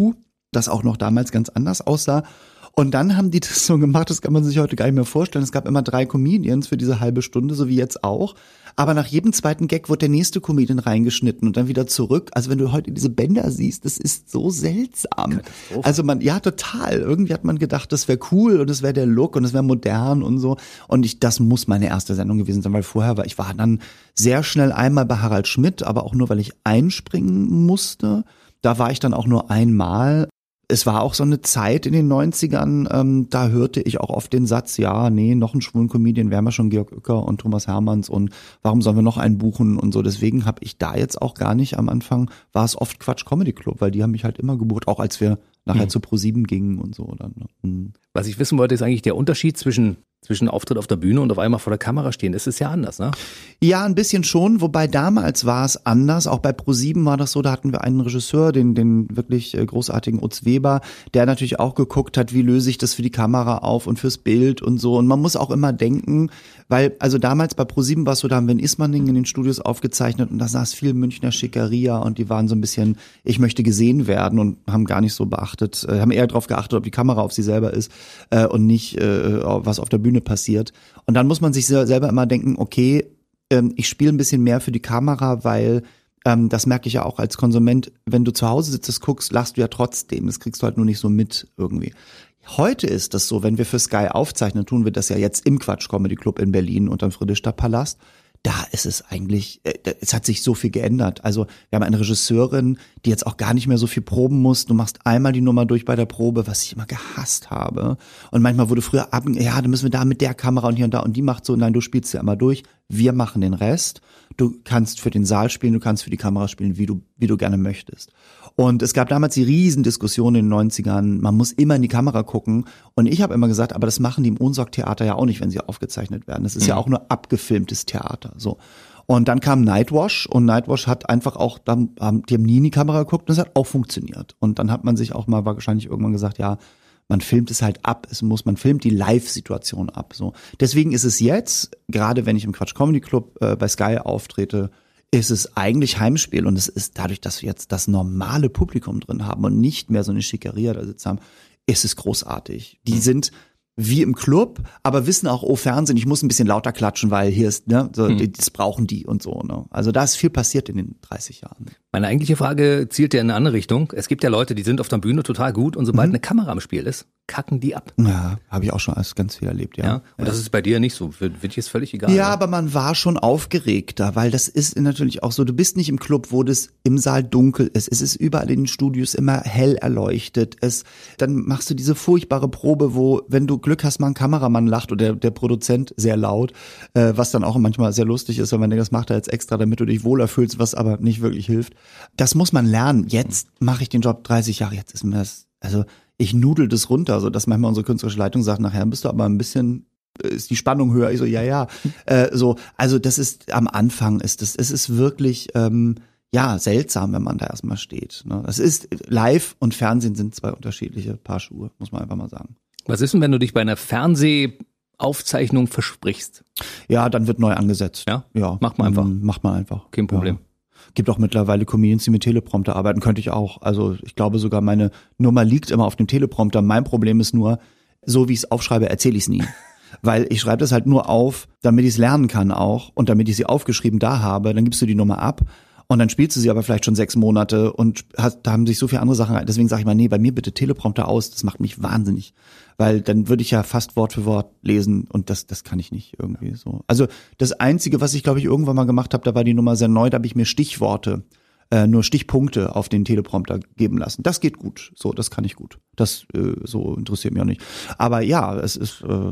das auch noch damals ganz anders aussah. Und dann haben die das so gemacht, das kann man sich heute gar nicht mehr vorstellen. Es gab immer drei Comedians für diese halbe Stunde, so wie jetzt auch. Aber nach jedem zweiten Gag wurde der nächste Comedian reingeschnitten und dann wieder zurück. Also wenn du heute diese Bänder siehst, das ist so seltsam. Also man, ja, total. Irgendwie hat man gedacht, das wäre cool und das wäre der Look und das wäre modern und so. Und ich, das muss meine erste Sendung gewesen sein, weil vorher war, ich war dann sehr schnell einmal bei Harald Schmidt, aber auch nur, weil ich einspringen musste. Da war ich dann auch nur einmal. Es war auch so eine Zeit in den neunzigern, ähm, da hörte ich auch oft den Satz, ja, nee, noch einen schwulen Comedian, wir haben ja schon Georg Uecker und Thomas Hermanns und warum sollen wir noch einen buchen und so. Deswegen habe ich da jetzt auch gar nicht am Anfang, war es oft Quatsch Comedy Club, weil die haben mich halt immer gebucht, auch als wir nachher mhm. zu ProSieben gingen und so. Dann, mhm. Was ich wissen wollte, ist eigentlich der Unterschied zwischen zwischen Auftritt auf der Bühne und auf einmal vor der Kamera stehen. Das ist ja anders, ne? Ja, ein bisschen schon, wobei damals war es anders. Auch bei ProSieben war das so, da hatten wir einen Regisseur, den den wirklich großartigen Utz Weber, der natürlich auch geguckt hat, wie löse ich das für die Kamera auf und fürs Bild und so. Und man muss auch immer denken, weil, also damals bei ProSieben war es so, da haben wir in Ismaning in den Studios aufgezeichnet und da saß viel Münchner Schickeria und die waren so ein bisschen, ich möchte gesehen werden und haben gar nicht so beachtet, haben eher darauf geachtet, ob die Kamera auf sie selber ist äh, und nicht, äh, was auf der Bühne passiert. Und dann muss man sich selber immer denken, okay, ähm, ich spiele ein bisschen mehr für die Kamera, weil ähm, das merke ich ja auch als Konsument, wenn du zu Hause sitzt, guckst, lachst du ja trotzdem. Das kriegst du halt nur nicht so mit irgendwie. Heute ist das so, wenn wir für Sky aufzeichnen, tun wir das ja jetzt im Quatsch Comedy Club in Berlin unterm Friedrichstadtpalast. Da ist es eigentlich, äh, es hat sich so viel geändert. Also wir haben eine Regisseurin, die jetzt auch gar nicht mehr so viel proben muss. Du machst einmal die Nummer durch bei der Probe, was ich immer gehasst habe. Und manchmal wurde früher ab, ja, dann müssen wir da mit der Kamera und hier und da und die macht so, nein, du spielst ja immer durch. Wir machen den Rest. Du kannst für den Saal spielen, du kannst für die Kamera spielen, wie du wie du gerne möchtest. Und es gab damals die Riesendiskussion in den neunzigern, man muss immer in die Kamera gucken. Und ich habe immer gesagt, aber das machen die im Ohnsorg-Theater ja auch nicht, wenn sie aufgezeichnet werden. Das ist mhm. ja auch nur abgefilmtes Theater. So. Und dann kam Nightwash und Nightwash hat einfach auch, dann, die haben nie in die Kamera geguckt und es hat auch funktioniert. Und dann hat man sich auch mal wahrscheinlich irgendwann gesagt, ja, man filmt es halt ab, es muss, man filmt die Live-Situation ab. So. Deswegen ist es jetzt, gerade wenn ich im Quatsch Comedy Club äh, bei Sky auftrete, ist es eigentlich Heimspiel und es ist dadurch, dass wir jetzt das normale Publikum drin haben und nicht mehr so eine Schickeria da sitzen haben, ist es großartig. Die sind wie im Club, aber wissen auch, oh Fernsehen, ich muss ein bisschen lauter klatschen, weil hier ist, ne, so, hm. das brauchen die und so, ne. Also da ist viel passiert in den dreißig Jahren. Meine eigentliche Frage zielt ja in eine andere Richtung. Es gibt ja Leute, die sind auf der Bühne total gut und sobald mhm. eine Kamera im Spiel ist, kacken die ab. Ja, habe ich auch schon als ganz viel erlebt, ja. ja und ja. das ist bei dir nicht so, wird, wird jetzt völlig egal. Ja, oder? Aber man war schon aufgeregter, weil das ist natürlich auch so, du bist nicht im Club, wo das im Saal dunkel ist. Es ist überall in den Studios immer hell erleuchtet. Es, dann machst du diese furchtbare Probe, wo, wenn du Glück hast, mal ein Kameramann lacht oder der, der Produzent sehr laut, äh, was dann auch manchmal sehr lustig ist, wenn man denkt, das macht er jetzt extra, damit du dich wohler fühlst, was aber nicht wirklich hilft. Das muss man lernen. Jetzt mache ich den Job dreißig Jahre, jetzt ist mir das, also ich nudel das runter, so dass manchmal unsere künstlerische Leitung sagt, nachher bist du aber ein bisschen, ist die Spannung höher. Ich so, ja, ja. Äh, so, also das ist, am Anfang ist das, es ist wirklich, ähm, ja, seltsam, wenn man da erstmal steht. Ne? Das ist, live und Fernsehen sind zwei unterschiedliche Paar Schuhe, muss man einfach mal sagen. Was ist denn, wenn du dich bei einer Fernsehaufzeichnung versprichst? Ja, dann wird neu angesetzt. Ja? Ja. Macht man einfach. Macht man einfach. Kein Problem. Ja. Gibt auch mittlerweile Comedians, die mit Teleprompter arbeiten, könnte ich auch. Also ich glaube sogar, meine Nummer liegt immer auf dem Teleprompter. Mein Problem ist nur, so wie ich es aufschreibe, erzähle ich es nie. Weil ich schreibe das halt nur auf, damit ich es lernen kann auch und damit ich sie aufgeschrieben da habe. Dann gibst du die Nummer ab und dann spielst du sie aber vielleicht schon sechs Monate und hast, da haben sich so viele andere Sachen. Deswegen sage ich mal, nee, bei mir bitte Teleprompter aus. Das macht mich wahnsinnig. Weil dann würde ich ja fast Wort für Wort lesen und das das kann ich nicht irgendwie so. Also das Einzige, was ich glaube ich irgendwann mal gemacht habe, da war die Nummer sehr neu, da habe ich mir Stichworte, äh, nur Stichpunkte auf den Teleprompter geben lassen. Das geht gut, so, das kann ich gut. Das äh, so interessiert mich auch nicht. Aber ja, es ist äh,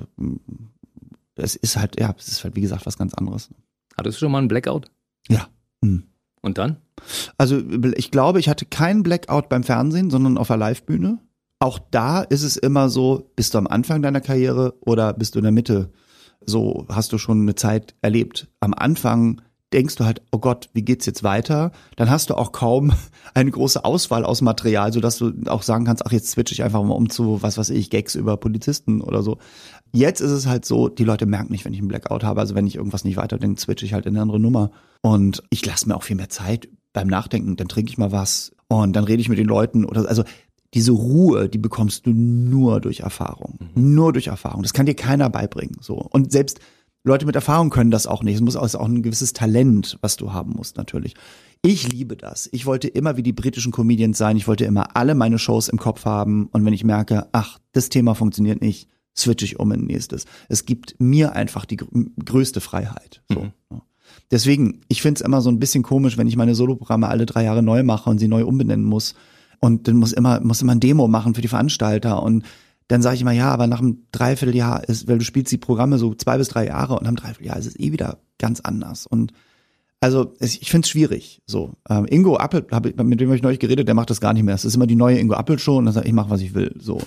es ist halt, ja, es ist halt wie gesagt was ganz anderes. Hattest du schon mal einen Blackout? Ja. Hm. Und dann? Also ich glaube, ich hatte keinen Blackout beim Fernsehen, sondern auf der Livebühne. Auch da ist es immer so, bist du am Anfang deiner Karriere oder bist du in der Mitte? So hast du schon eine Zeit erlebt. Am Anfang denkst du halt, oh Gott, wie geht's jetzt weiter? Dann hast du auch kaum eine große Auswahl aus Material, sodass du auch sagen kannst, ach, jetzt switche ich einfach mal um zu, was weiß ich, Gags über Polizisten oder so. Jetzt ist es halt so, die Leute merken nicht, wenn ich einen Blackout habe. Also wenn ich irgendwas nicht weiterdenke, switche ich halt in eine andere Nummer. Und ich lasse mir auch viel mehr Zeit beim Nachdenken. Dann trinke ich mal was und dann rede ich mit den Leuten oder also diese Ruhe, die bekommst du nur durch Erfahrung. Mhm. Nur durch Erfahrung. Das kann dir keiner beibringen. So. Und selbst Leute mit Erfahrung können das auch nicht. Es muss auch ein gewisses Talent, was du haben musst, natürlich. Ich liebe das. Ich wollte immer wie die britischen Comedians sein. Ich wollte immer alle meine Shows im Kopf haben. Und wenn ich merke, ach, das Thema funktioniert nicht, switche ich um in nächstes. Es gibt mir einfach die größte Freiheit. So. Mhm. Deswegen, ich finde es immer so ein bisschen komisch, wenn ich meine Soloprogramme alle drei Jahre neu mache und sie neu umbenennen muss. Und dann muss immer, muss immer ein Demo machen für die Veranstalter. Und dann sage ich immer, ja, aber nach einem Dreivierteljahr ist, weil du spielst die Programme so zwei bis drei Jahre und nach einem Dreivierteljahr ist es eh wieder ganz anders. Und also ich finde es schwierig. So ähm, Ingo Appelt, hab ich, mit dem habe ich neulich geredet, der macht das gar nicht mehr. Es ist immer die neue Ingo Appelt Show und dann sagt, ich mache, was ich will. So,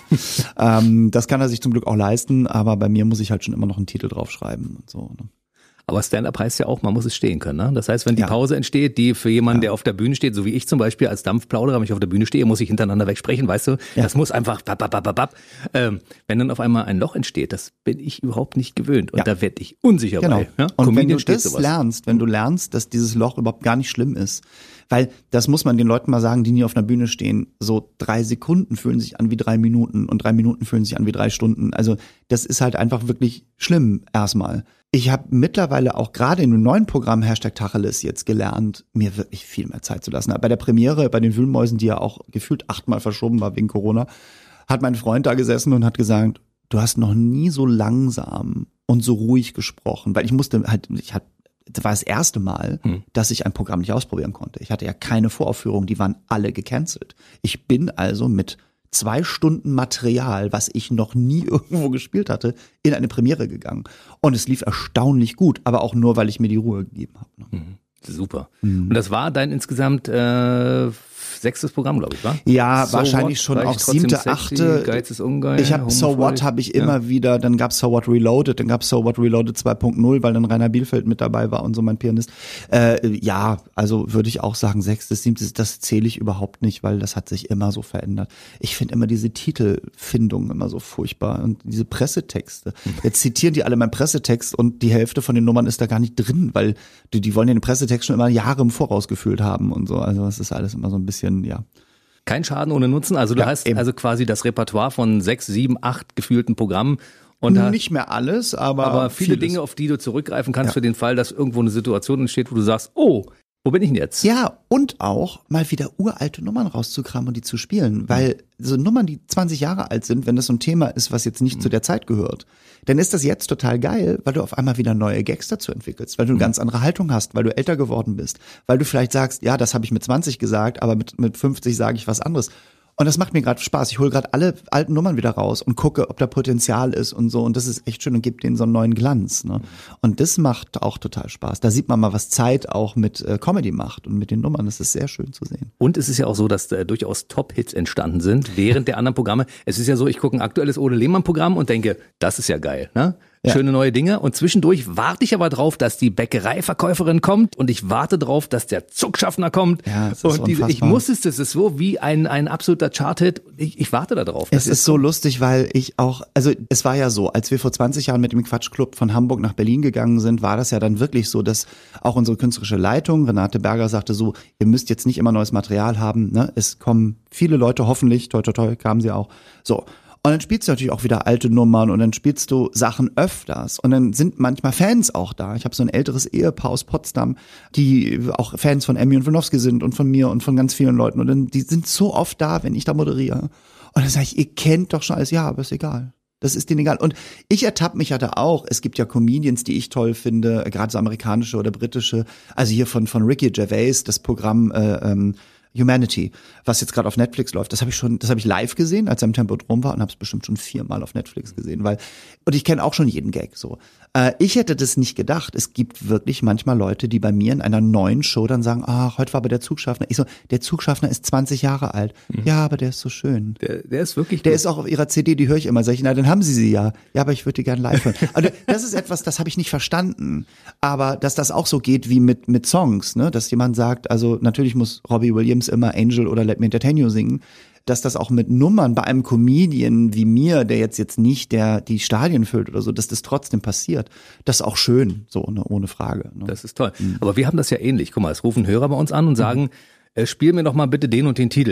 ähm, das kann er sich zum Glück auch leisten, aber bei mir muss ich halt schon immer noch einen Titel draufschreiben und so. Ne? Aber Stand-up heißt ja auch, man muss es stehen können. Ne? Das heißt, wenn die ja. Pause entsteht, die für jemanden, ja. der auf der Bühne steht, so wie ich zum Beispiel als Dampfplauderer, wenn ich auf der Bühne stehe, muss ich hintereinander wegsprechen, weißt du? Ja. Das muss einfach, bap, bap, bap, bap. Ähm, wenn dann auf einmal ein Loch entsteht, das bin ich überhaupt nicht gewöhnt. Und ja. da werde ich unsicher genau. bei. Ja? Und Comedian wenn du das sowas. lernst, wenn du lernst, dass dieses Loch überhaupt gar nicht schlimm ist, weil das muss man den Leuten mal sagen, die nie auf einer Bühne stehen, so drei Sekunden fühlen sich an wie drei Minuten und drei Minuten fühlen sich an wie drei Stunden. Also das ist halt einfach wirklich schlimm erstmal. Ich habe mittlerweile auch gerade in dem neuen Programm Hashtag Tacheles jetzt gelernt, mir wirklich viel mehr Zeit zu lassen. Bei der Premiere, bei den Wühlmäusen, die ja auch gefühlt achtmal verschoben war wegen Corona, hat mein Freund da gesessen und hat gesagt, du hast noch nie so langsam und so ruhig gesprochen, weil ich musste halt, ich hatte, das war das erste Mal, hm. dass ich ein Programm nicht ausprobieren konnte. Ich hatte ja keine Voraufführung, die waren alle gecancelt. Ich bin also mit zwei Stunden Material, was ich noch nie irgendwo gespielt hatte, in eine Premiere gegangen. Und es lief erstaunlich gut, aber auch nur, weil ich mir die Ruhe gegeben habe. Mhm. Super. Mhm. Und das war dein insgesamt äh, sechstes Programm, glaube ich, war? Ja, So wahrscheinlich What, schon auch siebte, sexy, achte. Geiz ist ungeil. Ich habe So What habe ich immer ja. wieder, dann gab's So What Reloaded, dann gab's So What Reloaded zwei Punkt null, weil dann Rainer Bielfeld mit dabei war und so mein Pianist. Äh, ja, also würde ich auch sagen, sechstes, siebtes, das zähle ich überhaupt nicht, weil das hat sich immer so verändert. Ich finde immer diese Titelfindung immer so furchtbar und diese Pressetexte. Jetzt zitieren die alle meinen Pressetext und die Hälfte von den Nummern ist da gar nicht drin, weil die, die wollen ja den Pressetext schon immer Jahre im Voraus gefühlt haben und so. Also das ist alles immer so ein bisschen, ja. Kein Schaden ohne Nutzen. Also du ja, hast eben. also quasi das Repertoire von sechs, sieben, acht gefühlten Programmen. Und nicht mehr alles, aber aber viele vieles. Dinge, auf die du zurückgreifen kannst ja. für den Fall, dass irgendwo eine Situation entsteht, wo du sagst, oh, wo bin ich denn jetzt? Ja, und auch mal wieder uralte Nummern rauszukramen und die zu spielen, weil so Nummern, die zwanzig Jahre alt sind, wenn das so ein Thema ist, was jetzt nicht mhm. zu der Zeit gehört, dann ist das jetzt total geil, weil du auf einmal wieder neue Gags dazu entwickelst, weil du eine mhm. ganz andere Haltung hast, weil du älter geworden bist, weil du vielleicht sagst, ja, das habe ich mit zwanzig gesagt, aber mit mit fünfzig sage ich was anderes. Und das macht mir gerade Spaß. Ich hole gerade alle alten Nummern wieder raus und gucke, ob da Potenzial ist und so. Und das ist echt schön und gibt denen so einen neuen Glanz. Ne? Und das macht auch total Spaß. Da sieht man mal, was Zeit auch mit äh, Comedy macht und mit den Nummern. Das ist sehr schön zu sehen. Und es ist ja auch so, dass äh, durchaus Top-Hits entstanden sind während der anderen Programme. Es ist ja so, ich gucke ein aktuelles Ole Lehmann-Programm und denke, das ist ja geil, ne? Ja. Schöne neue Dinge. Und zwischendurch warte ich aber drauf, dass die Bäckereiverkäuferin kommt und ich warte drauf, dass der Zugschaffner kommt. Ja, es ist und diese, ich muss es, das ist so wie ein, ein absoluter Chart-Hit. Ich, ich warte da drauf. Es ist so lustig, weil ich auch, also es war ja so, als wir vor zwanzig Jahren mit dem Quatschclub von Hamburg nach Berlin gegangen sind, war das ja dann wirklich so, dass auch unsere künstlerische Leitung, Renate Berger, sagte so, ihr müsst jetzt nicht immer neues Material haben, ne? Es kommen viele Leute, hoffentlich, toi toi toi, kamen sie auch, so. Und dann spielst du natürlich auch wieder alte Nummern und dann spielst du Sachen öfters und dann sind manchmal Fans auch da. Ich habe so ein älteres Ehepaar aus Potsdam, die auch Fans von Emmy und Wanowski sind und von mir und von ganz vielen Leuten und dann, die sind so oft da, wenn ich da moderiere. Und dann sage ich, ihr kennt doch schon alles, ja, aber ist egal. Das ist denen egal. Und ich ertappe mich ja da auch. Es gibt ja Comedians, die ich toll finde, gerade so amerikanische oder britische. Also hier von von Ricky Gervais, das Programm äh, ähm, Humanity, was jetzt gerade auf Netflix läuft, das habe ich schon, das habe ich live gesehen, als er im Tempodrom war und habe es bestimmt schon viermal auf Netflix gesehen, weil und ich kenne auch schon jeden Gag so. Äh, ich hätte das nicht gedacht. Es gibt wirklich manchmal Leute, die bei mir in einer neuen Show dann sagen, ach, heute war aber der Zugschaffner. Ich so, der Zugschaffner ist zwanzig Jahre alt. Mhm. Ja, aber der ist so schön. Der, der ist wirklich Der gut. ist auch auf ihrer C D, die höre ich immer. Sag ich, na, dann haben sie sie ja. Ja, aber ich würde die gerne live hören. Also, das ist etwas, das habe ich nicht verstanden. Aber dass das auch so geht wie mit mit Songs, ne, dass jemand sagt, also natürlich muss Robbie Williams immer Angel oder Let Me Entertain You singen, dass das auch mit Nummern bei einem Comedian wie mir, der jetzt jetzt nicht der die Stadien füllt oder so, dass das trotzdem passiert. Das ist auch schön, so, ne, ohne Frage. Ne? Das ist toll. Mhm. Aber wir haben das ja ähnlich. Guck mal, es rufen Hörer bei uns an und sagen, mhm. äh, spiel mir doch mal bitte den und den Titel. Mhm.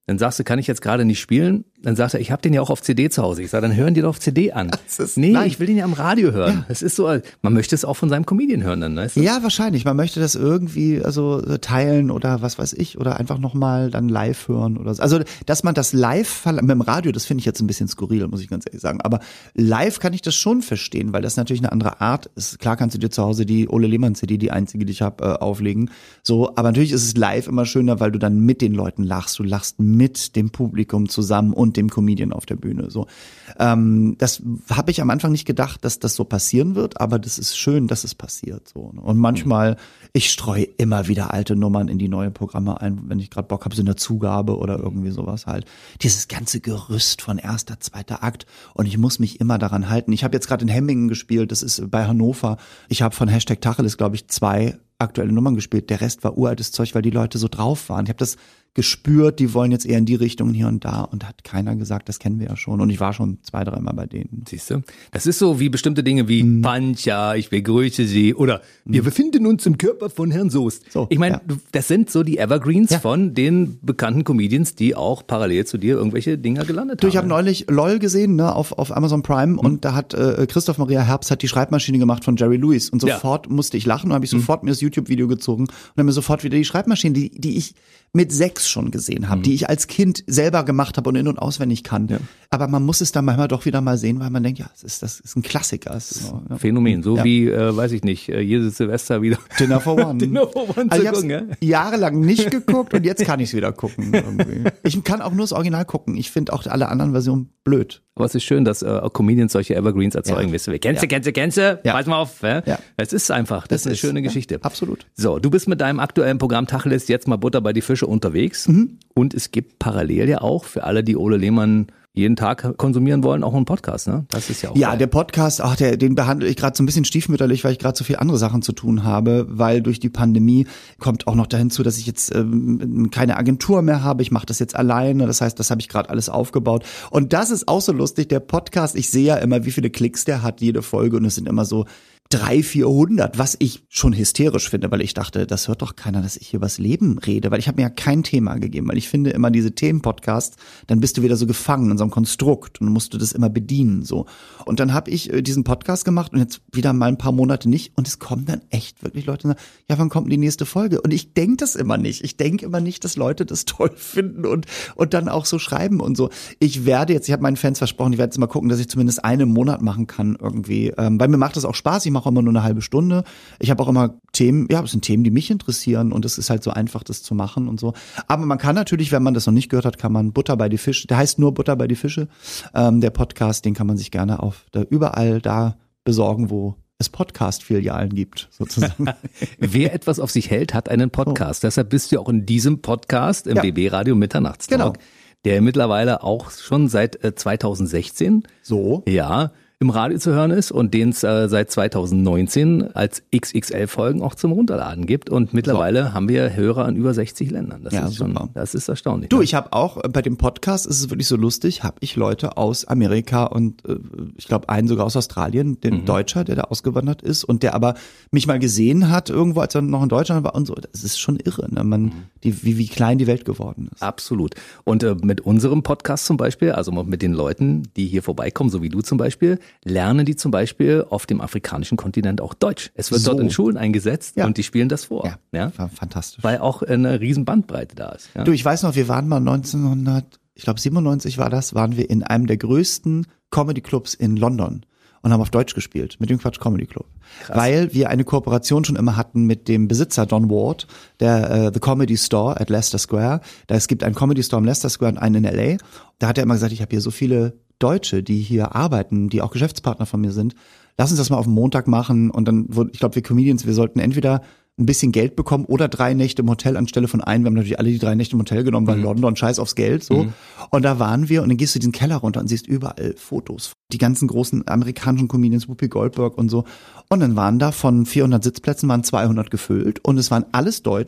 Dann sagst du, kann ich jetzt gerade nicht spielen? Dann sagt er, ich habe den ja auch auf C D zu Hause. Ich sage, dann hören die doch auf C D an. Ist, nee, nein. Ich will den ja am Radio hören. Es ja. ist so, man möchte es auch von seinem Comedian hören dann, weißt du? Ja, wahrscheinlich. Man möchte das irgendwie also teilen oder was weiß ich oder einfach nochmal dann live hören oder so. Also, dass man das live mit dem Radio, das finde ich jetzt ein bisschen skurril, muss ich ganz ehrlich sagen. Aber live kann ich das schon verstehen, weil das natürlich eine andere Art ist. Klar kannst du dir zu Hause die Ole Lehmann C D, die einzige, die ich habe, äh, auflegen. So, aber natürlich ist es live immer schöner, weil du dann mit den Leuten lachst. Du lachst mit dem Publikum zusammen und dem Comedian auf der Bühne. So, ähm, das habe ich am Anfang nicht gedacht, dass das so passieren wird, aber das ist schön, dass es passiert. So, ne? Und manchmal, ich streue immer wieder alte Nummern in die neuen Programme ein, wenn ich gerade Bock habe, so eine Zugabe oder irgendwie sowas halt. Dieses ganze Gerüst von erster, zweiter Akt und ich muss mich immer daran halten. Ich habe jetzt gerade in Hemmingen gespielt, das ist bei Hannover. Ich habe von Hashtag Tacheles, glaube ich, zwei aktuelle Nummern gespielt. Der Rest war uraltes Zeug, weil die Leute so drauf waren. Ich habe das gespürt, die wollen jetzt eher in die Richtung hier und da und hat keiner gesagt, das kennen wir ja schon und ich war schon zwei, dreimal bei denen. Siehst du? Das ist so wie bestimmte Dinge wie mm. Pancha, ich begrüße Sie oder mm. wir befinden uns im Körper von Herrn Soest. So, ich meine, ja. das sind so die Evergreens ja. von den bekannten Comedians, die auch parallel zu dir irgendwelche Dinger gelandet du, haben. Ich habe neulich LOL gesehen, ne, auf, auf Amazon Prime mm. und da hat äh, Christoph Maria Herbst hat die Schreibmaschine gemacht von Jerry Lewis und sofort ja. musste ich lachen und habe ich sofort mm. mir das YouTube-Video gezogen und dann mir sofort wieder die Schreibmaschine, die, die ich mit sechs schon gesehen habe, mhm. die ich als Kind selber gemacht habe und in- und auswendig kann. Ja. Aber man muss es dann manchmal doch wieder mal sehen, weil man denkt, ja, das ist, das ist ein Klassiker. Das ist so, ja. Phänomen, so ja. wie, äh, weiß ich nicht, jedes Silvester wieder. Dinner for One. Dinner for One also zu ich gucken, ja? jahrelang nicht geguckt und jetzt kann ich es wieder gucken. Irgendwie. Ich kann auch nur das Original gucken. Ich finde auch alle anderen Versionen blöd. Aber es ist schön, dass äh, Comedians solche Evergreens erzeugen. Ja. Weißt du, kennst du, ja. kennst du, kennst du? Ja. Pass mal auf. Ja? Ja. Es ist einfach, das, das ist eine ist, schöne Geschichte. Ja, absolut. So, du bist mit deinem aktuellen Programm Tacheles jetzt mal Butter bei die Fische unterwegs. Mhm. Und es gibt parallel ja auch für alle, die Ole Lehmann jeden Tag konsumieren wollen, auch einen Podcast, ne? Das ist ja auch Ja, geil. Der Podcast, ach, der, den behandle ich gerade so ein bisschen stiefmütterlich, weil ich gerade so viel andere Sachen zu tun habe, weil durch die Pandemie kommt auch noch dahin zu, dass ich jetzt ähm, keine Agentur mehr habe. Ich mache das jetzt alleine. Das heißt, das habe ich gerade alles aufgebaut. Und das ist auch so lustig. Der Podcast, ich sehe ja immer, wie viele Klicks der hat, jede Folge. Und es sind immer so drei, vierhundert, was ich schon hysterisch finde, weil ich dachte, das hört doch keiner, dass ich hier übers Leben rede, weil ich habe mir ja kein Thema gegeben, weil ich finde immer diese Themenpodcasts, dann bist du wieder so gefangen in so einem Konstrukt und musst du das immer bedienen, so. Und dann habe ich äh, diesen Podcast gemacht und jetzt wieder mal ein paar Monate nicht und es kommen dann echt wirklich Leute und sagen, ja, wann kommt die nächste Folge? Und ich denke das immer nicht. Ich denke immer nicht, dass Leute das toll finden und und dann auch so schreiben und so. Ich werde jetzt, ich habe meinen Fans versprochen, ich werde jetzt mal gucken, dass ich zumindest einen Monat machen kann irgendwie, ähm, weil mir macht das auch Spaß. Ich mache immer nur eine halbe Stunde. Ich habe auch immer Themen, ja, das sind Themen, die mich interessieren und es ist halt so einfach, das zu machen und so. Aber man kann natürlich, wenn man das noch nicht gehört hat, kann man Butter bei die Fische, der heißt nur Butter bei die Fische, ähm, der Podcast, den kann man sich gerne auf der, überall da besorgen, wo es Podcast-Filialen gibt, sozusagen. Wer etwas auf sich hält, hat einen Podcast. Oh. Deshalb bist du auch in diesem Podcast, im ja. B B-Radio Mitternachtstalk, genau. der mittlerweile auch schon seit äh, zweitausendsechzehn so ja im Radio zu hören ist und den es äh, seit zweitausendneunzehn als X X L-Folgen auch zum Runterladen gibt. Und mittlerweile so. haben wir Hörer in über sechzig Ländern. Das ja, ist schon, super. Das ist erstaunlich. Du, ich habe auch, bei dem Podcast ist es wirklich so lustig, habe ich Leute aus Amerika und äh, ich glaube einen sogar aus Australien, den mhm. Deutscher, der da ausgewandert ist und der aber mich mal gesehen hat irgendwo, als er noch in Deutschland war und so. Das ist schon irre, ne? Man, mhm. die, wie, wie klein die Welt geworden ist. Absolut. Und äh, mit unserem Podcast zum Beispiel, also mit den Leuten, die hier vorbeikommen, so wie du zum Beispiel, lernen die zum Beispiel auf dem afrikanischen Kontinent auch Deutsch. Es wird so. dort in Schulen eingesetzt ja. und die spielen das vor. Ja, ja? Fantastisch. Weil auch eine riesen Bandbreite da ist. Ja? Du, ich weiß noch, wir waren mal neunzehnhundert, ich glaube siebenundneunzig war das, waren wir in einem der größten Comedy-Clubs in London und haben auf Deutsch gespielt, mit dem Quatsch Comedy Club. Krass. Weil wir eine Kooperation schon immer hatten mit dem Besitzer Don Ward, der äh, The Comedy Store at Leicester Square. Da es gibt einen Comedy Store im Leicester Square und einen in L A. Da hat er immer gesagt, ich habe hier so viele Deutsche, die hier arbeiten, die auch Geschäftspartner von mir sind. Lass uns das mal auf den Montag machen und dann, ich glaube, wir Comedians, wir sollten entweder ein bisschen Geld bekommen oder drei Nächte im Hotel anstelle von einem. Wir haben natürlich alle die drei Nächte im Hotel genommen, weil mhm. London, scheiß aufs Geld, so. Mhm. Und da waren wir und dann gehst du diesen Keller runter und siehst überall Fotos. Die ganzen großen amerikanischen Comedians, Whoopi Goldberg und so. Und dann waren da von vierhundert Sitzplätzen waren zweihundert gefüllt und es waren alles Deutsche.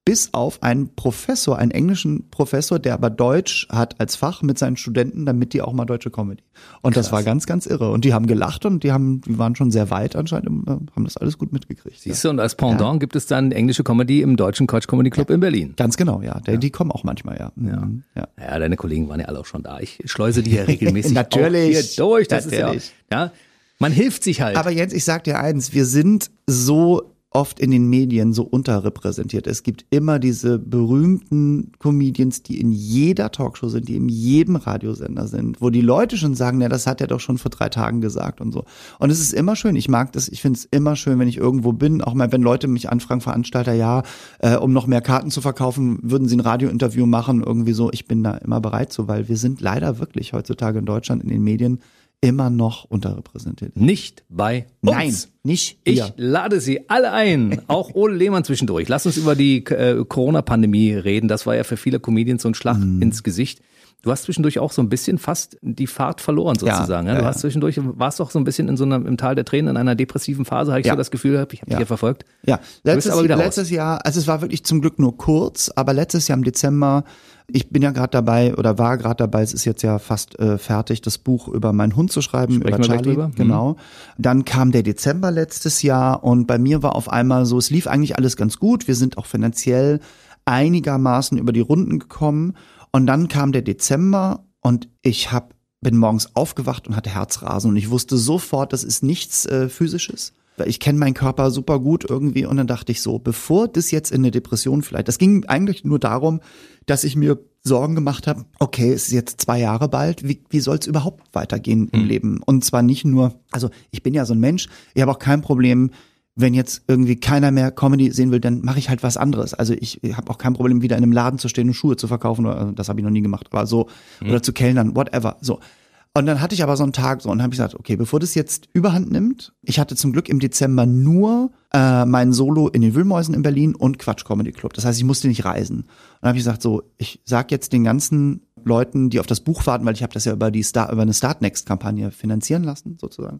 bis auf einen Professor, einen englischen Professor, der aber Deutsch hat als Fach mit seinen Studenten, damit die auch mal deutsche Comedy. Und Krass. Das war ganz, ganz irre. Und die haben gelacht und die haben, die waren schon sehr weit anscheinend, haben das alles gut mitgekriegt. Siehst du, und als Pendant ja. gibt es dann englische Comedy im Deutschen Quatsch Comedy Club ja. in Berlin. Ganz genau, ja. Die, ja. die kommen auch manchmal, ja. Ja. Ja. ja, deine Kollegen waren ja alle auch schon da. Ich schleuse die ja regelmäßig natürlich, auch hier durch. Das natürlich. ist ja, ja, man hilft sich halt. Aber Jens, ich sag dir eins, wir sind so oft in den Medien so unterrepräsentiert. Es gibt immer diese berühmten Comedians, die in jeder Talkshow sind, die in jedem Radiosender sind, wo die Leute schon sagen, ja, das hat er doch schon vor drei Tagen gesagt und so. Und es ist immer schön. Ich mag das. Ich finde es immer schön, wenn ich irgendwo bin, auch mal, wenn Leute mich anfragen, Veranstalter, ja, äh, um noch mehr Karten zu verkaufen, würden sie ein Radiointerview machen, irgendwie so. Ich bin da immer bereit zu, weil wir sind leider wirklich heutzutage in Deutschland in den Medien immer noch unterrepräsentiert. Nicht bei uns. Nein, nicht ich hier. lade Sie alle ein, auch Ole Lehmann zwischendurch. Lass uns über die äh, Corona-Pandemie reden. Das war ja für viele Comedians so ein Schlag mm. ins Gesicht. Du hast zwischendurch auch so ein bisschen fast die Fahrt verloren sozusagen. Ja, ja, du hast zwischendurch, warst doch so ein bisschen in so einer, im Tal der Tränen, in einer depressiven Phase, habe ich ja. so das Gefühl gehabt, ich habe dich ja. hier verfolgt. Ja, letztes, aber wieder letztes Jahr, also es war wirklich zum Glück nur kurz, aber letztes Jahr im Dezember, ich bin ja gerade dabei oder war gerade dabei, es ist jetzt ja fast äh, fertig, das Buch über meinen Hund zu schreiben, Sprechen über Charlie, drüber. genau. Mhm. Dann kam der Dezember letztes Jahr und bei mir war auf einmal so, es lief eigentlich alles ganz gut, wir sind auch finanziell einigermaßen über die Runden gekommen und dann kam der Dezember und ich hab, bin morgens aufgewacht und hatte Herzrasen und ich wusste sofort, das ist nichts äh, Physisches. Ich kenne meinen Körper super gut irgendwie und dann dachte ich so, bevor das jetzt in eine Depression vielleicht, das ging eigentlich nur darum, dass ich mir Sorgen gemacht habe, okay, es ist jetzt zwei Jahre bald, wie, wie soll es überhaupt weitergehen im mhm. Leben? Und zwar nicht nur, also ich bin ja so ein Mensch, ich habe auch kein Problem, wenn jetzt irgendwie keiner mehr Comedy sehen will, dann mache ich halt was anderes. Also ich habe auch kein Problem, wieder in einem Laden zu stehen und Schuhe zu verkaufen, oder, das habe ich noch nie gemacht, aber so, mhm. oder zu kellnern, whatever, so. Und dann hatte ich aber so einen Tag so und habe ich gesagt, okay, bevor das jetzt Überhand nimmt, ich hatte zum Glück im Dezember nur äh, mein Solo in den Wühlmäusen in Berlin und Quatsch Comedy Club. Das heißt, ich musste nicht reisen. Und dann habe ich gesagt, so, ich sag jetzt den ganzen Leuten, die auf das Buch warten, weil ich habe das ja über die Star, über eine Start-Next-Kampagne finanzieren lassen, sozusagen.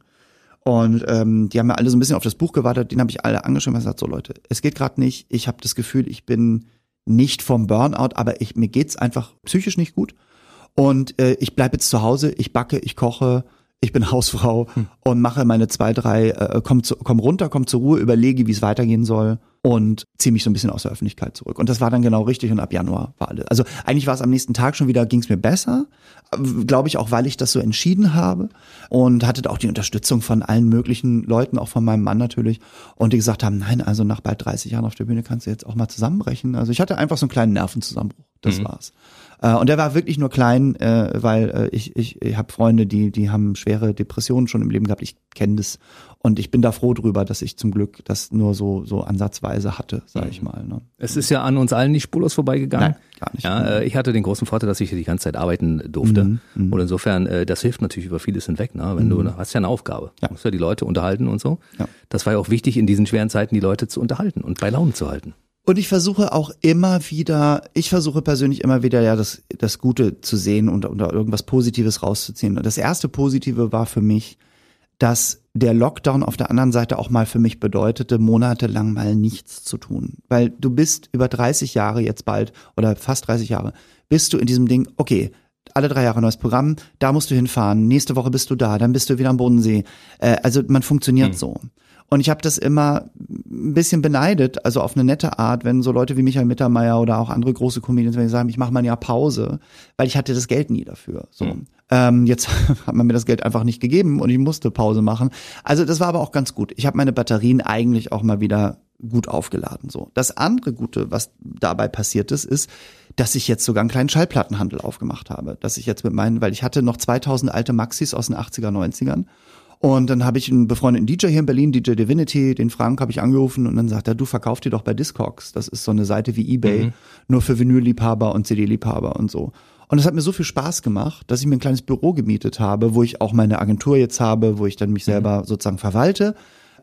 Und ähm, die haben ja alle so ein bisschen auf das Buch gewartet, den habe ich alle angeschrieben und gesagt, so Leute, es geht gerade nicht, ich habe das Gefühl, ich bin nicht vom Burnout, aber ich, mir geht's einfach psychisch nicht gut. Und äh, ich bleibe jetzt zu Hause, ich backe, ich koche, ich bin Hausfrau hm. und mache meine zwei, drei, äh, komm, zu, komm runter, komm zur Ruhe, überlege, wie es weitergehen soll und ziehe mich so ein bisschen aus der Öffentlichkeit zurück. Und das war dann genau richtig und ab Januar war alles. Also eigentlich war es am nächsten Tag schon wieder, ging es mir besser, glaube ich auch, weil ich das so entschieden habe und hatte auch die Unterstützung von allen möglichen Leuten, auch von meinem Mann natürlich und die gesagt haben, nein, also nach bald dreißig Jahren auf der Bühne kannst du jetzt auch mal zusammenbrechen. Also ich hatte einfach so einen kleinen Nervenzusammenbruch, das mhm. war's. Und der war wirklich nur klein, äh, weil äh, ich ich, ich habe Freunde, die die haben schwere Depressionen schon im Leben gehabt. Ich kenne das und ich bin da froh drüber, dass ich zum Glück das nur so so ansatzweise hatte, sage ich mal. Ne? Es ist ja an uns allen nicht spurlos vorbeigegangen. Nein, gar nicht. Ja, äh, ich hatte den großen Vorteil, dass ich die ganze Zeit arbeiten durfte mhm, und insofern äh, das hilft natürlich über vieles hinweg. Ne? Wenn mhm. du hast ja eine Aufgabe, ja. Du musst ja die Leute unterhalten und so. Ja. Das war ja auch wichtig in diesen schweren Zeiten, die Leute zu unterhalten und bei Laune zu halten. Und ich versuche auch immer wieder, ich versuche persönlich immer wieder ja das das Gute zu sehen und, und irgendwas Positives rauszuziehen. Und das erste Positive war für mich, dass der Lockdown auf der anderen Seite auch mal für mich bedeutete, monatelang mal nichts zu tun. Weil du bist über dreißig Jahre jetzt bald oder fast dreißig Jahre, bist du in diesem Ding, okay, alle drei Jahre neues Programm, da musst du hinfahren, nächste Woche bist du da, dann bist du wieder am Bodensee. Äh, also man funktioniert mhm. so. Und ich habe das immer ein bisschen beneidet, also auf eine nette Art, wenn so Leute wie Michael Mittermeier oder auch andere große Comedians, wenn die sagen, ich mache mal ein Jahr Pause, weil ich hatte das Geld nie dafür. So, mhm. ähm, jetzt hat man mir das Geld einfach nicht gegeben und ich musste Pause machen. Also das war aber auch ganz gut. Ich habe meine Batterien eigentlich auch mal wieder gut aufgeladen. So, das andere Gute, was dabei passiert ist, ist, dass ich jetzt sogar einen kleinen Schallplattenhandel aufgemacht habe. Dass ich jetzt mit meinen, weil ich hatte noch zweitausend alte Maxis aus den achtziger, neunzigern. Und dann habe ich einen befreundeten D J hier in Berlin, D J Divinity, den Frank, habe ich angerufen und dann sagt er, du verkauf die doch bei Discogs. Das ist so eine Seite wie eBay, mhm. nur für Vinyl-Liebhaber und C D-Liebhaber und so. Und es hat mir so viel Spaß gemacht, dass ich mir ein kleines Büro gemietet habe, wo ich auch meine Agentur jetzt habe, wo ich dann mich selber mhm. sozusagen verwalte.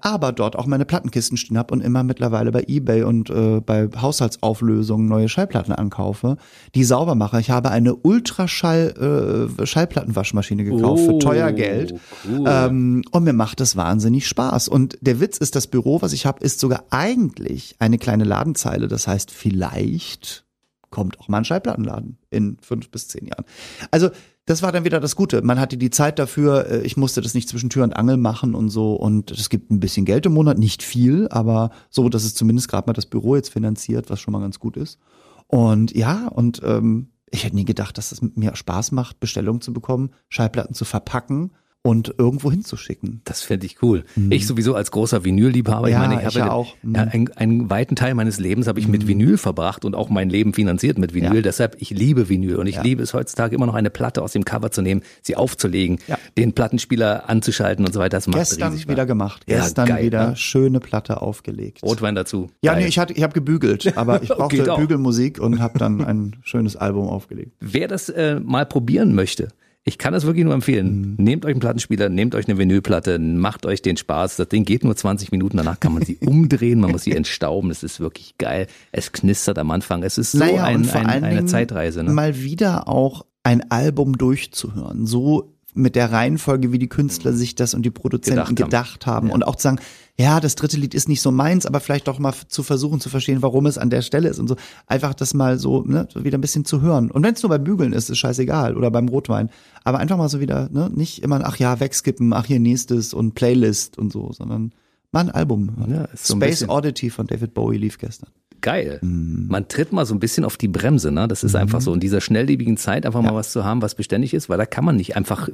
aber dort auch meine Plattenkisten stehen habe und immer mittlerweile bei eBay und äh, bei Haushaltsauflösungen neue Schallplatten ankaufe, die sauber mache. Ich habe eine Ultraschall äh, Schallplattenwaschmaschine gekauft Oh, für teuer Geld cool. ähm, und mir macht das wahnsinnig Spaß. Und der Witz ist, das Büro, was ich habe, ist sogar eigentlich eine kleine Ladenzeile. Das heißt, vielleicht kommt auch mal ein Schallplattenladen in fünf bis zehn Jahren. Also das war dann wieder das Gute. Man hatte die Zeit dafür, ich musste das nicht zwischen Tür und Angel machen und so, und es gibt ein bisschen Geld im Monat, nicht viel, aber so, dass es zumindest gerade mal das Büro jetzt finanziert, was schon mal ganz gut ist. Und ja, und ähm, ich hätte nie gedacht, dass es mir Spaß macht, Bestellungen zu bekommen, Schallplatten zu verpacken und irgendwo hinzuschicken. Das fände ich cool. Mhm. Ich sowieso als großer Vinyl-Liebhaber, ja, ich meine, ich, ich habe ja auch. Mhm. einen, einen weiten Teil meines Lebens habe ich mit Vinyl verbracht und auch mein Leben finanziert mit Vinyl. Ja. Deshalb, ich liebe Vinyl und ich Ja. liebe es heutzutage immer noch, eine Platte aus dem Cover zu nehmen, sie aufzulegen, Ja. den Plattenspieler anzuschalten und so weiter. Das macht Gestern riesig wieder Spaß. gemacht. Ja, Gestern geil, wieder ne? schöne Platte aufgelegt. Rotwein dazu. Ja, Geil. nee, ich hatte, ich habe gebügelt, aber ich brauchte Geht auch. Bügelmusik und habe dann ein schönes Album aufgelegt. Wer das äh, mal probieren möchte, ich kann das wirklich nur empfehlen. Mhm. Nehmt euch einen Plattenspieler, nehmt euch eine Vinylplatte, macht euch den Spaß. Das Ding geht nur zwanzig Minuten, danach kann man sie umdrehen, man muss sie entstauben. Es ist wirklich geil. Es knistert am Anfang. Es ist so Naja, ein, und vor ein, allen eine Dingen Zeitreise. Ne? mal wieder auch ein Album durchzuhören. So mit der Reihenfolge, wie die Künstler sich das und die Produzenten Gedacht gedacht haben. haben. Ja. Und auch zu sagen, ja, das dritte Lied ist nicht so meins, aber vielleicht doch mal zu versuchen zu verstehen, warum es an der Stelle ist und so. Einfach das mal so, ne, so wieder ein bisschen zu hören. Und wenn es nur beim Bügeln ist, ist scheißegal. Oder beim Rotwein. Aber einfach mal so wieder, ne, nicht immer, ach ja, wegskippen, ach hier nächstes und Playlist und so, sondern mal ein Album hören. Ja, ist so ein Space bisschen- Oddity von David Bowie lief gestern. Geil. Mhm. Man tritt mal so ein bisschen auf die Bremse, ne? Das ist einfach so in dieser schnelllebigen Zeit einfach mal was zu haben, was beständig ist, weil da kann man nicht einfach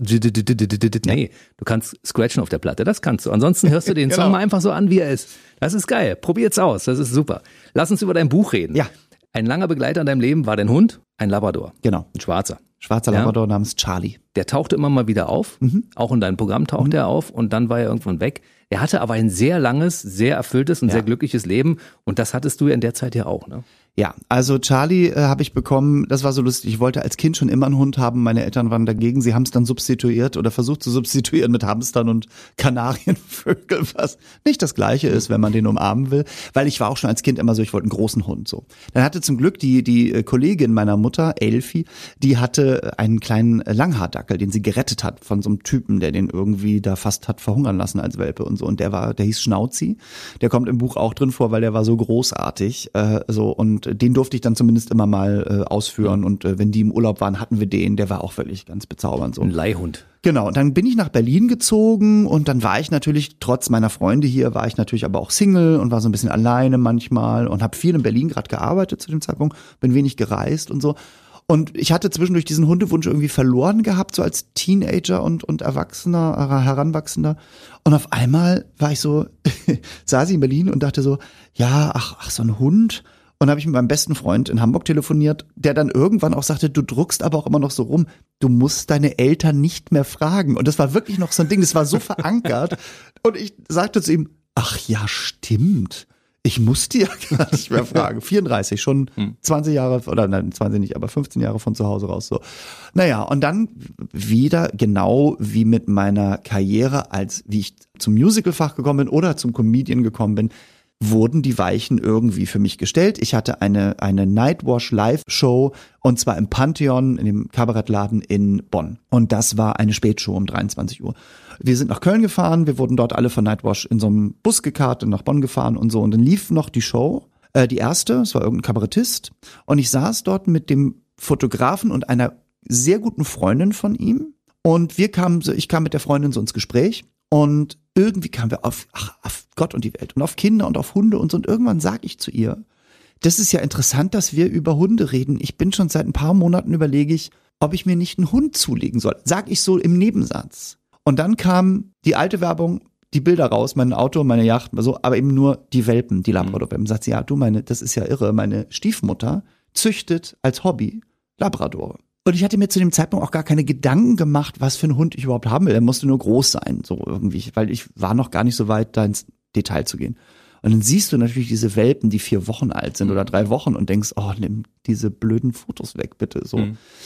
nee, du kannst scratchen auf der Platte, das kannst du. Ansonsten hörst du den Genau. Song mal einfach so an, wie er ist. Das ist geil. Probiert's aus, das ist super. Lass uns über dein Buch reden. Ja. Ein langer Begleiter in deinem Leben war dein Hund, ein Labrador, Genau. ein Schwarzer. Schwarzer Ja. Labrador namens Charlie. Der tauchte immer mal wieder auf, auch in deinem Programm tauchte er auf und dann war er irgendwann weg. Er hatte aber ein sehr langes, sehr erfülltes und Ja. sehr glückliches Leben und das hattest du ja in der Zeit ja auch, ne? Ja, also Charlie äh, habe ich bekommen, das war so lustig, ich wollte als Kind schon immer einen Hund haben, meine Eltern waren dagegen, sie haben es dann substituiert oder versucht zu substituieren mit Hamstern und Kanarienvögeln, was nicht das Gleiche ist, wenn man den umarmen will, weil ich war auch schon als Kind immer so, ich wollte einen großen Hund, so. Dann hatte zum Glück die die äh, Kollegin meiner Mutter, Elfi, die hatte einen kleinen äh, Langhaardackel, den sie gerettet hat von so einem Typen, der den irgendwie da fast hat verhungern lassen als Welpe und so, und der war, der hieß Schnauzi, der kommt im Buch auch drin vor, weil der war so großartig, äh, so, und den durfte ich dann zumindest immer mal äh, ausführen und äh, wenn die im Urlaub waren, hatten wir den, der war auch wirklich ganz bezaubernd so. Ein Leihhund. Genau, und dann bin ich nach Berlin gezogen und dann war ich natürlich, trotz meiner Freunde hier, war ich natürlich aber auch Single und war so ein bisschen alleine manchmal und habe viel in Berlin gerade gearbeitet zu dem Zeitpunkt, bin wenig gereist und so. Und ich hatte zwischendurch diesen Hundewunsch irgendwie verloren gehabt, so als Teenager und, und Erwachsener, äh, Heranwachsender. Und auf einmal war ich so, saß ich in Berlin und dachte so, ja, ach, ach, so ein Hund. Und dann habe ich mit meinem besten Freund in Hamburg telefoniert, der dann irgendwann auch sagte, du druckst aber auch immer noch so rum, du musst deine Eltern nicht mehr fragen. Und das war wirklich noch so ein Ding, das war so verankert. Und ich sagte zu ihm, ach ja, stimmt. Ich musste ja gar nicht mehr fragen. vierunddreißig, schon zwanzig Jahre, oder nein, zwanzig nicht, aber fünfzehn Jahre von zu Hause raus. So. Naja, und dann wieder genau wie mit meiner Karriere, als wie ich zum Musicalfach gekommen bin oder zum Comedian gekommen bin, wurden die Weichen irgendwie für mich gestellt. Ich hatte eine eine Nightwash Live-Show und zwar im Pantheon, in dem Kabarettladen in Bonn. Und das war eine Spätshow um dreiundzwanzig Uhr. Wir sind nach Köln gefahren, wir wurden dort alle von Nightwash in so einem Bus gekarrt und nach Bonn gefahren und so. Und dann lief noch die Show, äh, die erste, es war irgendein Kabarettist. Und ich saß dort mit dem Fotografen und einer sehr guten Freundin von ihm. Und wir kamen so, ich kam mit der Freundin so ins Gespräch. Und irgendwie kamen wir auf, ach, auf Gott und die Welt und auf Kinder und auf Hunde und so. Und irgendwann sag ich zu ihr, das ist ja interessant, dass wir über Hunde reden. Ich bin schon seit ein paar Monaten, überlege ich, ob ich mir nicht einen Hund zulegen soll. Sag ich so im Nebensatz. Und dann kam die alte Werbung, die Bilder raus, mein Auto, meine Yacht, so, aber eben nur die Welpen, die Labrador-Welpen. Sagt sie, ja, du, meine, das ist ja irre, meine Stiefmutter züchtet als Hobby Labrador. Und ich hatte mir zu dem Zeitpunkt auch gar keine Gedanken gemacht, was für einen Hund ich überhaupt haben will. Er musste nur groß sein, so irgendwie, weil ich war noch gar nicht so weit, da ins Detail zu gehen. Und dann siehst du natürlich diese Welpen, die vier Wochen alt sind oder drei Wochen und denkst, oh, nimm diese blöden Fotos weg, bitte, so. Mhm.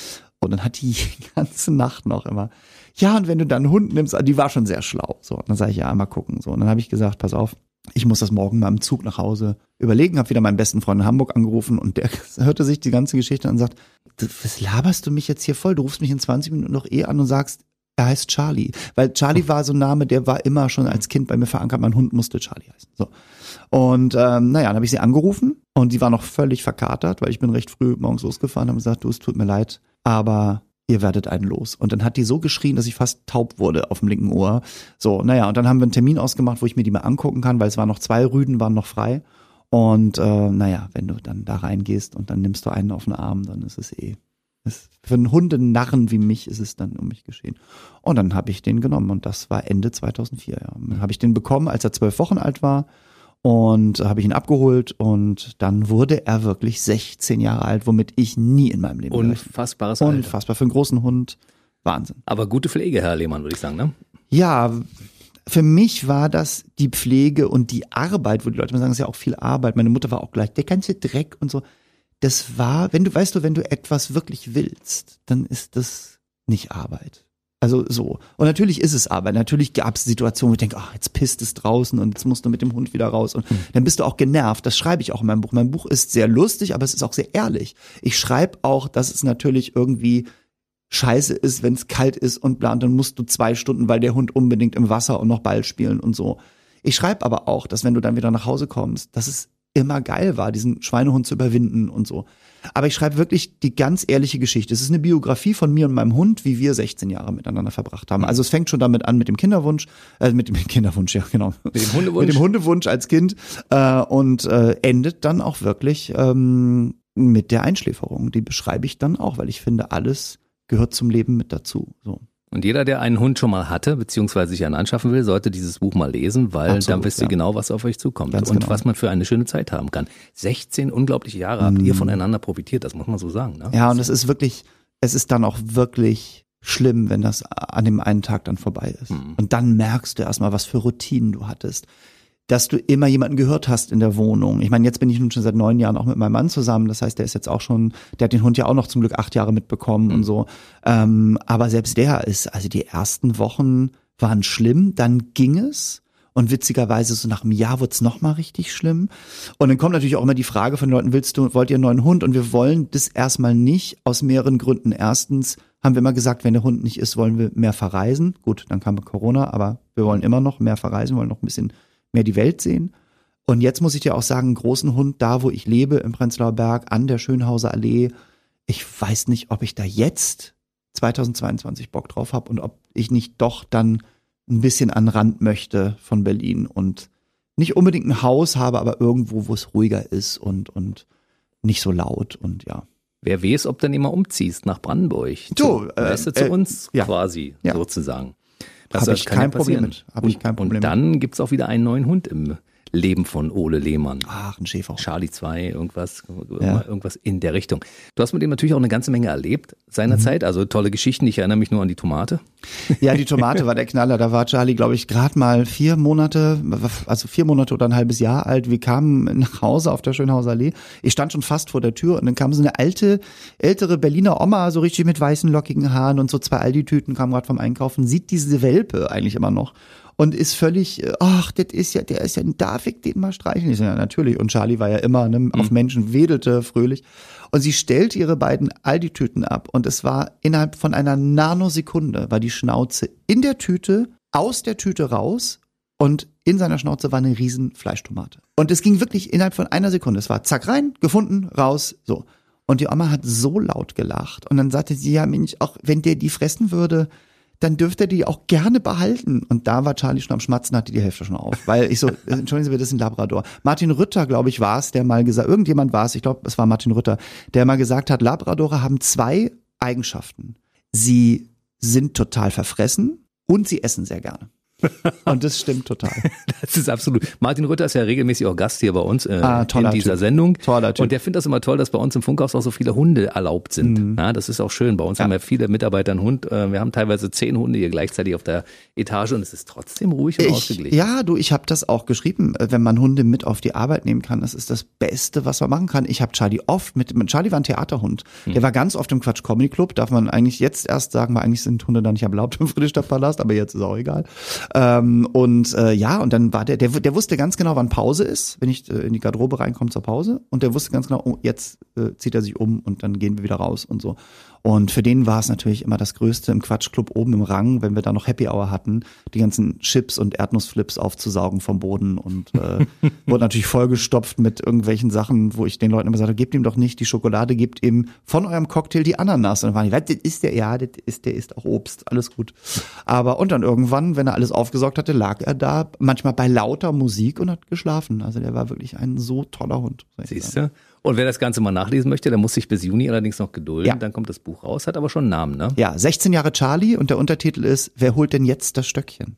Und dann hat die die ganze Nacht noch immer, ja, und wenn du dann einen Hund nimmst, die war schon sehr schlau. So, und dann sage ich, ja, mal gucken. So, und dann habe ich gesagt, pass auf, ich muss das morgen mal im Zug nach Hause überlegen, habe wieder meinen besten Freund in Hamburg angerufen und der hörte sich die ganze Geschichte an und sagt, was laberst du mich jetzt hier voll? Du rufst mich in zwanzig Minuten noch eh an und sagst, er heißt Charlie. Weil Charlie war so ein Name, der war immer schon als Kind bei mir verankert, mein Hund musste Charlie heißen. So. Und ähm, naja, dann habe ich sie angerufen und die war noch völlig verkatert, weil ich bin recht früh morgens losgefahren und habe gesagt, du, es tut mir leid, aber ihr werdet einen los. Und dann hat die so geschrien, dass ich fast taub wurde auf dem linken Ohr. So, naja, und dann haben wir einen Termin ausgemacht, wo ich mir die mal angucken kann, weil es waren noch zwei Rüden, waren noch frei. Und äh, naja, wenn du dann da reingehst und dann nimmst du einen auf den Arm, dann ist es eh, ist, für einen Hundenarren wie mich ist es dann um mich geschehen. Und dann habe ich den genommen und das war Ende zweitausendvier. Ja. Dann habe ich den bekommen, als er zwölf Wochen alt war. Und habe ich ihn abgeholt und dann wurde er wirklich sechzehn Jahre alt, womit ich nie in meinem Leben Unfassbares Alter. Unfassbar für einen großen Hund. Wahnsinn. Aber gute Pflege, Herr Lehmann, würde ich sagen, ne? Ja, für mich war das die Pflege und die Arbeit, wo die Leute immer sagen, es ist ja auch viel Arbeit. Meine Mutter war auch gleich, der ganze Dreck und so. Das war, wenn du, weißt du, wenn du etwas wirklich willst, dann ist das nicht Arbeit. Also so. Und natürlich ist es aber, natürlich gab es Situationen, wo ich denke, ach, jetzt pisst es draußen und jetzt musst du mit dem Hund wieder raus. Und mhm. dann bist du auch genervt. Das schreibe ich auch in meinem Buch. Mein Buch ist sehr lustig, aber es ist auch sehr ehrlich. Ich schreibe auch, dass es natürlich irgendwie scheiße ist, wenn es kalt ist und bla, und dann musst du zwei Stunden, weil der Hund unbedingt im Wasser und noch Ball spielen und so. Ich schreibe aber auch, dass wenn du dann wieder nach Hause kommst, dass es immer geil war, diesen Schweinehund zu überwinden und so. Aber ich schreibe wirklich die ganz ehrliche Geschichte. Es ist eine Biografie von mir und meinem Hund, wie wir sechzehn Jahre miteinander verbracht haben. Also es fängt schon damit an mit dem Kinderwunsch, äh, mit dem Kinderwunsch, ja genau. Mit dem Hundewunsch. Mit dem Hundewunsch als Kind äh, und äh, endet dann auch wirklich ähm, mit der Einschläferung. Die beschreibe ich dann auch, weil ich finde, alles gehört zum Leben mit dazu. So. Und jeder, der einen Hund schon mal hatte, beziehungsweise sich einen anschaffen will, sollte dieses Buch mal lesen, weil Absolut, dann wisst ihr ja. genau, was auf euch zukommt Ganz und genau. was man für eine schöne Zeit haben kann. sechzehn unglaubliche Jahre habt mm. ihr voneinander profitiert, das muss man so sagen. Ne? Ja, und es ist wirklich, es ist dann auch wirklich schlimm, wenn das an dem einen Tag dann vorbei ist. Mm. Und dann merkst du erstmal, was für Routinen du hattest. Dass du immer jemanden gehört hast in der Wohnung. Ich meine, jetzt bin ich nun schon seit neun Jahren auch mit meinem Mann zusammen. Das heißt, der ist jetzt auch schon, der hat den Hund ja auch noch zum Glück acht Jahre mitbekommen mhm. und so. Ähm, aber selbst der ist, also die ersten Wochen waren schlimm, dann ging es. Und witzigerweise so nach einem Jahr wurde es nochmal richtig schlimm. Und dann kommt natürlich auch immer die Frage von den Leuten, willst du, wollt ihr einen neuen Hund? Und wir wollen das erstmal nicht, aus mehreren Gründen. Erstens haben wir immer gesagt, wenn der Hund nicht ist, wollen wir mehr verreisen. Gut, dann kam Corona, aber wir wollen immer noch mehr verreisen, wollen noch ein bisschen mehr die Welt sehen. Und jetzt muss ich dir auch sagen, einen großen Hund, da wo ich lebe, im Prenzlauer Berg, an der Schönhauser Allee, ich weiß nicht, ob ich da jetzt zweitausendzweiundzwanzig Bock drauf habe und ob ich nicht doch dann ein bisschen an den Rand möchte von Berlin und nicht unbedingt ein Haus habe, aber irgendwo, wo es ruhiger ist und, und nicht so laut und ja. Wer weiß, ob du dann immer umziehst nach Brandenburg. So, zu, äh, weißt du, zu äh, uns ja. quasi, ja. sozusagen. Das Habe ich kein Problem mit. Hab ich kein Problem und dann gibt's auch wieder einen neuen Hund im Leben von Ole Lehmann. Ach, ein Schäfer. Charlie zwei, irgendwas, ja. irgendwas in der Richtung. Du hast mit ihm natürlich auch eine ganze Menge erlebt seinerzeit, mhm. also tolle Geschichten. Ich erinnere mich nur an die Tomate. Ja, die Tomate war der Knaller. Da war Charlie, glaube ich, gerade mal vier Monate, also vier Monate oder ein halbes Jahr alt. Wir kamen nach Hause auf der Schönhauser Allee. Ich stand schon fast vor der Tür und dann kam so eine alte, ältere Berliner Oma, so richtig mit weißen, lockigen Haaren und so zwei Aldi-Tüten, kam gerade vom Einkaufen, sieht diese Welpe eigentlich immer noch. Und ist völlig, ach, das ist ja, der ist ja, darf ich den mal streicheln? Ich so, ja, natürlich. Und Charlie war ja immer ne, auf mhm. Menschen, wedelte fröhlich. Und sie stellte ihre beiden Aldi-Tüten ab. Und es war innerhalb von einer Nanosekunde, war die Schnauze in der Tüte, aus der Tüte raus. Und in seiner Schnauze war eine riesen Fleischtomate. Und es ging wirklich innerhalb von einer Sekunde. Es war zack rein, gefunden, raus, so. Und die Oma hat so laut gelacht. Und dann sagte sie, ja Mensch, auch wenn der die fressen würde, dann dürfte er die auch gerne behalten. Und da war Charlie schon am Schmatzen, hatte die Hälfte schon auf. Weil ich so, entschuldigen Sie, das ist ein Labrador. Martin Rütter, glaube ich, war es, der mal gesagt, irgendjemand war es, ich glaube, es war Martin Rütter, der mal gesagt hat, Labradore haben zwei Eigenschaften. Sie sind total verfressen und sie essen sehr gerne. Und das stimmt total. Das ist absolut. Martin Rütter ist ja regelmäßig auch Gast hier bei uns äh, ah, in dieser typ. Sendung. Toller Typ. Und der findet das immer toll, dass bei uns im Funkhaus auch so viele Hunde erlaubt sind. Mhm. Ja, das ist auch schön. Bei uns ja. haben ja viele Mitarbeiter einen Hund. Wir haben teilweise zehn Hunde hier gleichzeitig auf der Etage und es ist trotzdem ruhig und ich, ausgeglichen. Ja, du, ich habe das auch geschrieben. Wenn man Hunde mit auf die Arbeit nehmen kann, das ist das Beste, was man machen kann. Ich habe Charlie oft mit, mit Charlie war ein Theaterhund. Mhm. Der war ganz oft im Quatsch Comedy Club. Darf man eigentlich jetzt erst sagen, weil eigentlich sind Hunde da nicht erlaubt im Friedrichstadtpalast, aber jetzt ist auch egal. Ähm, und äh, ja, und dann war der, der, der wusste ganz genau, wann Pause ist, wenn ich äh, in die Garderobe reinkomme zur Pause. Und der wusste ganz genau, oh, jetzt äh, zieht er sich um und dann gehen wir wieder raus und so. Und für den war es natürlich immer das Größte im Quatschclub oben im Rang, wenn wir da noch Happy Hour hatten, die ganzen Chips und Erdnussflips aufzusaugen vom Boden und äh, wurde natürlich vollgestopft mit irgendwelchen Sachen, wo ich den Leuten immer sagte, gebt ihm doch nicht die Schokolade, gebt ihm von eurem Cocktail die Ananas. Und dann waren die, was, das ist der, ja, das ist der, ist auch Obst, alles gut. Aber und dann irgendwann, wenn er alles aufgesaugt hatte, lag er da, manchmal bei lauter Musik und hat geschlafen. Also der war wirklich ein so toller Hund. Siehst du? Und wer das Ganze mal nachlesen möchte, der muss sich bis Juni allerdings noch gedulden. Ja. Dann kommt das Buch raus, hat aber schon einen Namen, ne? Ja, sechzehn Jahre Charlie und der Untertitel ist, wer holt denn jetzt das Stöckchen?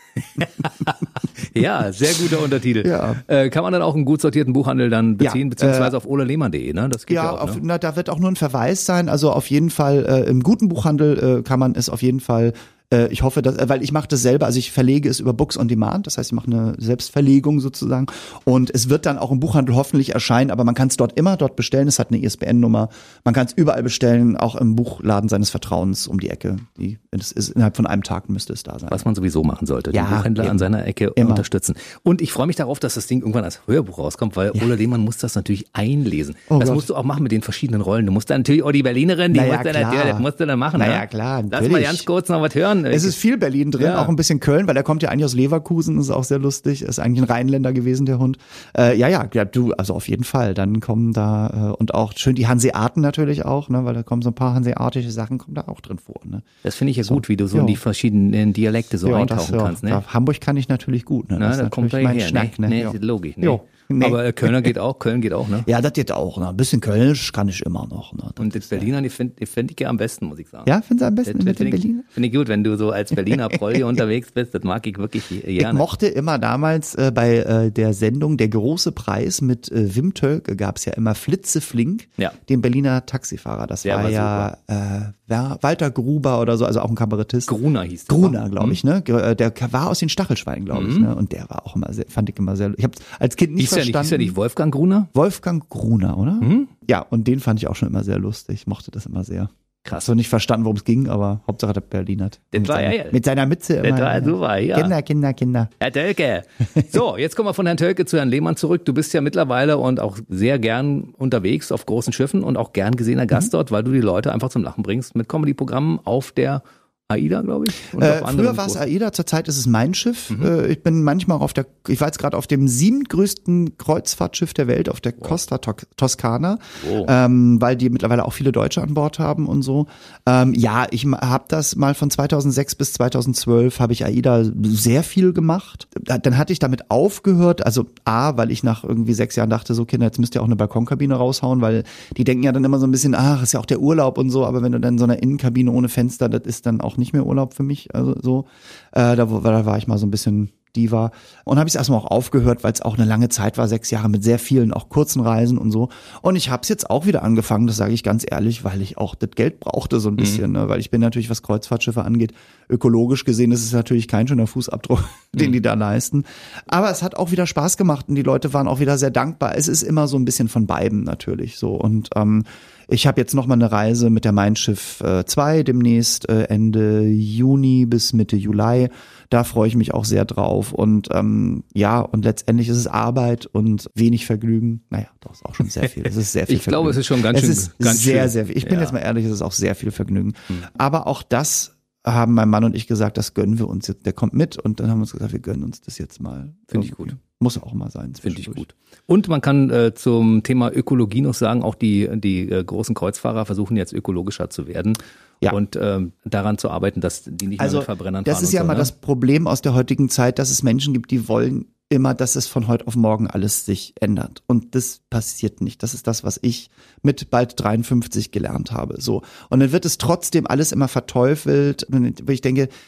Ja, sehr guter Untertitel. Ja. Äh, kann man dann auch einen gut sortierten Buchhandel dann beziehen, ja, beziehungsweise äh, auf ola lehmann punkt de, ne? Das geht ja, ja auch, auf, ne? na, da wird auch nur ein Verweis sein. Also auf jeden Fall äh, im guten Buchhandel äh, kann man es auf jeden Fall. Ich hoffe, dass, weil ich mache das selber, also ich verlege es über Books on Demand, das heißt, ich mache eine Selbstverlegung sozusagen und es wird dann auch im Buchhandel hoffentlich erscheinen, aber man kann es dort immer dort bestellen, es hat eine I S B N-Nummer, man kann es überall bestellen, auch im Buchladen seines Vertrauens um die Ecke. Die, es ist innerhalb von einem Tag müsste es da sein. Was man sowieso machen sollte, ja, den Buchhändler eben. an seiner Ecke Immer. unterstützen. Und ich freue mich darauf, dass das Ding irgendwann als Hörbuch rauskommt, weil ja. Ola Lehmann muss das natürlich einlesen. Oh das Gott. musst du auch machen mit den verschiedenen Rollen. Du musst dann natürlich auch die Berlinerin, die naja, musst du dann, das musst du dann machen. Naja, ne? klar, Lass mal ganz kurz noch was hören. Es ist viel Berlin drin, ja. Auch ein bisschen Köln, weil er kommt ja eigentlich aus Leverkusen, ist auch sehr lustig, ist eigentlich ein Rheinländer gewesen, der Hund. Äh, ja, ja, ja, du, also auf jeden Fall, dann kommen da, äh, und auch schön die Hanseaten natürlich auch, ne, weil da kommen so ein paar hanseatische Sachen, kommen da auch drin vor, ne. Das finde ich ja so. gut, wie du so jo. in die verschiedenen Dialekte so jo, eintauchen das, kannst, ne. Ja, Hamburg kann ich natürlich gut, ne, Na, das da ist kommt natürlich mein her, Schnack, ne. ne. Nee, ist logisch, ne. Jo. Nee. Aber äh, Kölner geht auch, Köln geht auch, ne? Ja, das geht auch, ne? Ein bisschen Kölnisch kann ich immer noch, ne? Und das Berliner, die finde find ich ja am besten, muss ich sagen. Ja, findest du am besten das, mit das dem find Berliner? Finde ich gut, wenn du so als Berliner Prolli unterwegs bist, das mag ich wirklich gerne. Ich mochte immer damals äh, bei äh, der Sendung Der große Preis mit äh, Wim Tölke gab es ja immer Flitzeflink, ja. den Berliner Taxifahrer. Das der war, war ja äh, Walter Gruber oder so, also auch ein Kabarettist. Gruner hieß der. Gruner, glaube ich, ne? Der war aus den Stachelschweinen, glaube ich, mhm. ne? Und der war auch immer sehr, fand ich immer sehr, ich habe als Kind nicht hieß verstanden. Ja nicht, hieß ja nicht Wolfgang Gruner? Wolfgang Gruner, oder? Mhm. Ja, und den fand ich auch schon immer sehr lustig. Ich mochte das immer sehr. Krass. So nicht verstanden, worum es ging, aber Hauptsache der Berlin hat. Das mit, war, seiner, ja, mit seiner Mütze immer. Das war super, ja. Kinder, Kinder, Kinder. Herr Tölke. So, jetzt kommen wir von Herrn Tölke zu Herrn Lehmann zurück. Du bist ja mittlerweile und auch sehr gern unterwegs auf großen Schiffen und auch gern gesehener Gast mhm. dort, weil du die Leute einfach zum Lachen bringst mit Comedy-Programmen auf der AIDA, glaube ich. Und äh, früher war es AIDA, zurzeit ist es mein Schiff. Mhm. Äh, ich bin manchmal auch auf der, ich war jetzt gerade auf dem siebtgrößten Kreuzfahrtschiff der Welt, auf der wow. Costa Toscana, wow. ähm, weil die mittlerweile auch viele Deutsche an Bord haben und so. Ähm, ja, ich habe das mal von zweitausendsechs bis zweitausendzwölf habe ich AIDA sehr viel gemacht. Dann hatte ich damit aufgehört, also A, weil ich nach irgendwie sechs Jahren dachte, so Kinder, jetzt müsst ihr auch eine Balkonkabine raushauen, weil die denken ja dann immer so ein bisschen, ach, ist ja auch der Urlaub und so, aber wenn du dann in so einer Innenkabine ohne Fenster, das ist dann auch nicht mehr Urlaub für mich, also so, äh, da, da war ich mal so ein bisschen Diva und habe ich es erstmal auch aufgehört, weil es auch eine lange Zeit war, sechs Jahre mit sehr vielen, auch kurzen Reisen und so und ich habe es jetzt auch wieder angefangen, das sage ich ganz ehrlich, weil ich auch das Geld brauchte so ein bisschen, mhm. ne? Weil ich bin natürlich, was Kreuzfahrtschiffe angeht, ökologisch gesehen, das ist natürlich kein schöner Fußabdruck, mhm. den die da leisten, aber es hat auch wieder Spaß gemacht und die Leute waren auch wieder sehr dankbar, es ist immer so ein bisschen von beiden natürlich so und ähm, ich habe jetzt noch mal eine Reise mit der Mein Schiff zwei demnächst, äh, Ende Juni bis Mitte Juli. Da freue ich mich auch sehr drauf. Und ähm, ja, und letztendlich ist es Arbeit und wenig Vergnügen. Naja, doch ist auch schon sehr viel. Es ist sehr viel ich Vergnügen. glaube, es ist schon ganz es schön. Es ist ganz sehr, schön. sehr viel. Ich bin ja. jetzt mal ehrlich, es ist auch sehr viel Vergnügen. Hm. Aber auch das haben mein Mann und ich gesagt, das gönnen wir uns jetzt. Der kommt mit und dann haben wir uns gesagt, wir gönnen uns das jetzt mal. Finde ich gut. Muss auch mal sein. Finde ich gut. Und man kann äh, zum Thema Ökologie noch sagen, auch die, die äh, großen Kreuzfahrer versuchen jetzt ökologischer zu werden. Ja. Und ähm, daran zu arbeiten, dass die nicht also, mehr mit Verbrennern das fahren. Das ist ja so, immer ne? das Problem aus der heutigen Zeit, dass es Menschen gibt, die wollen immer, dass es von heute auf morgen alles sich ändert. Und das passiert nicht. Das ist das, was ich mit bald dreiundfünfzig gelernt habe. So. Und dann wird es trotzdem alles immer verteufelt. Und ich denke,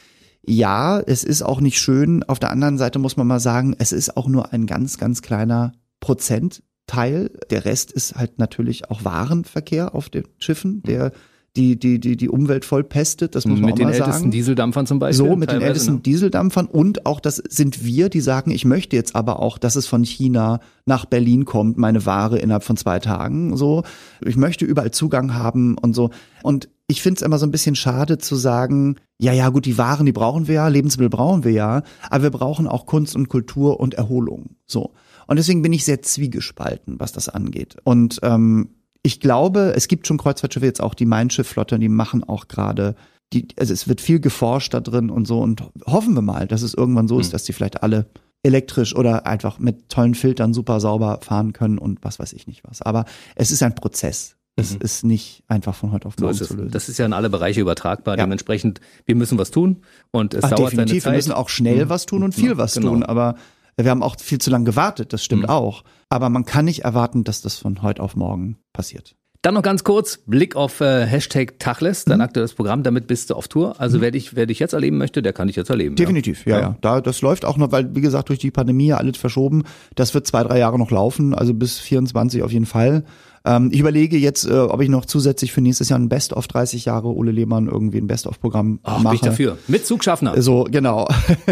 ja, es ist auch nicht schön. Auf der anderen Seite muss man mal sagen, es ist auch nur ein ganz, ganz kleiner Prozentteil. Der Rest ist halt natürlich auch Warenverkehr auf den Schiffen, der die die die die Umwelt voll pestet, das muss man mit auch mal sagen. Mit den ältesten Dieseldampfern zum Beispiel. So, mit den ältesten ne? Dieseldampfern und auch das sind wir, die sagen, ich möchte jetzt aber auch, dass es von China nach Berlin kommt, meine Ware innerhalb von zwei Tagen, so. Ich möchte überall Zugang haben und so. Und ich finde es immer so ein bisschen schade zu sagen, ja, ja, gut, die Waren, die brauchen wir ja, Lebensmittel brauchen wir ja, aber wir brauchen auch Kunst und Kultur und Erholung, so. Und deswegen bin ich sehr zwiegespalten, was das angeht. Und ähm, ich glaube, es gibt schon Kreuzfahrtschiffe, jetzt auch die Mein Schiff-Flotte, die machen auch gerade, die, also es wird viel geforscht da drin und so und hoffen wir mal, dass es irgendwann so ist, mhm. dass die vielleicht alle elektrisch oder einfach mit tollen Filtern super sauber fahren können und was weiß ich nicht was. Aber es ist ein Prozess. Es mhm. ist nicht einfach von heute auf morgen so zu lösen. Das ist ja in alle Bereiche übertragbar. Ja. Dementsprechend, wir müssen was tun und es Ach, dauert definitiv. seine Zeit. Wir müssen auch schnell mhm. was tun und viel ja, was genau. tun, aber wir haben auch viel zu lange gewartet, das stimmt mhm. auch. Aber man kann nicht erwarten, dass das von heute auf morgen passiert. Dann noch ganz kurz, Blick auf äh, Hashtag Tacheles, dein mhm. aktuelles Programm, damit bist du auf Tour. Also mhm. wer dich, wer dich jetzt erleben möchte, der kann dich jetzt erleben. Definitiv, ja, ja. ja. Da, das läuft auch noch, weil, wie gesagt, durch die Pandemie ja alles verschoben. Das wird zwei, drei Jahre noch laufen, also bis vierundzwanzig auf jeden Fall. Ähm, ich überlege jetzt, äh, ob ich noch zusätzlich für nächstes Jahr ein Best-of dreißig Jahre Ole Lehmann irgendwie ein Best-of-Programm Ach, mache. Bin ich dafür. Mit Zugschaffner. So, genau.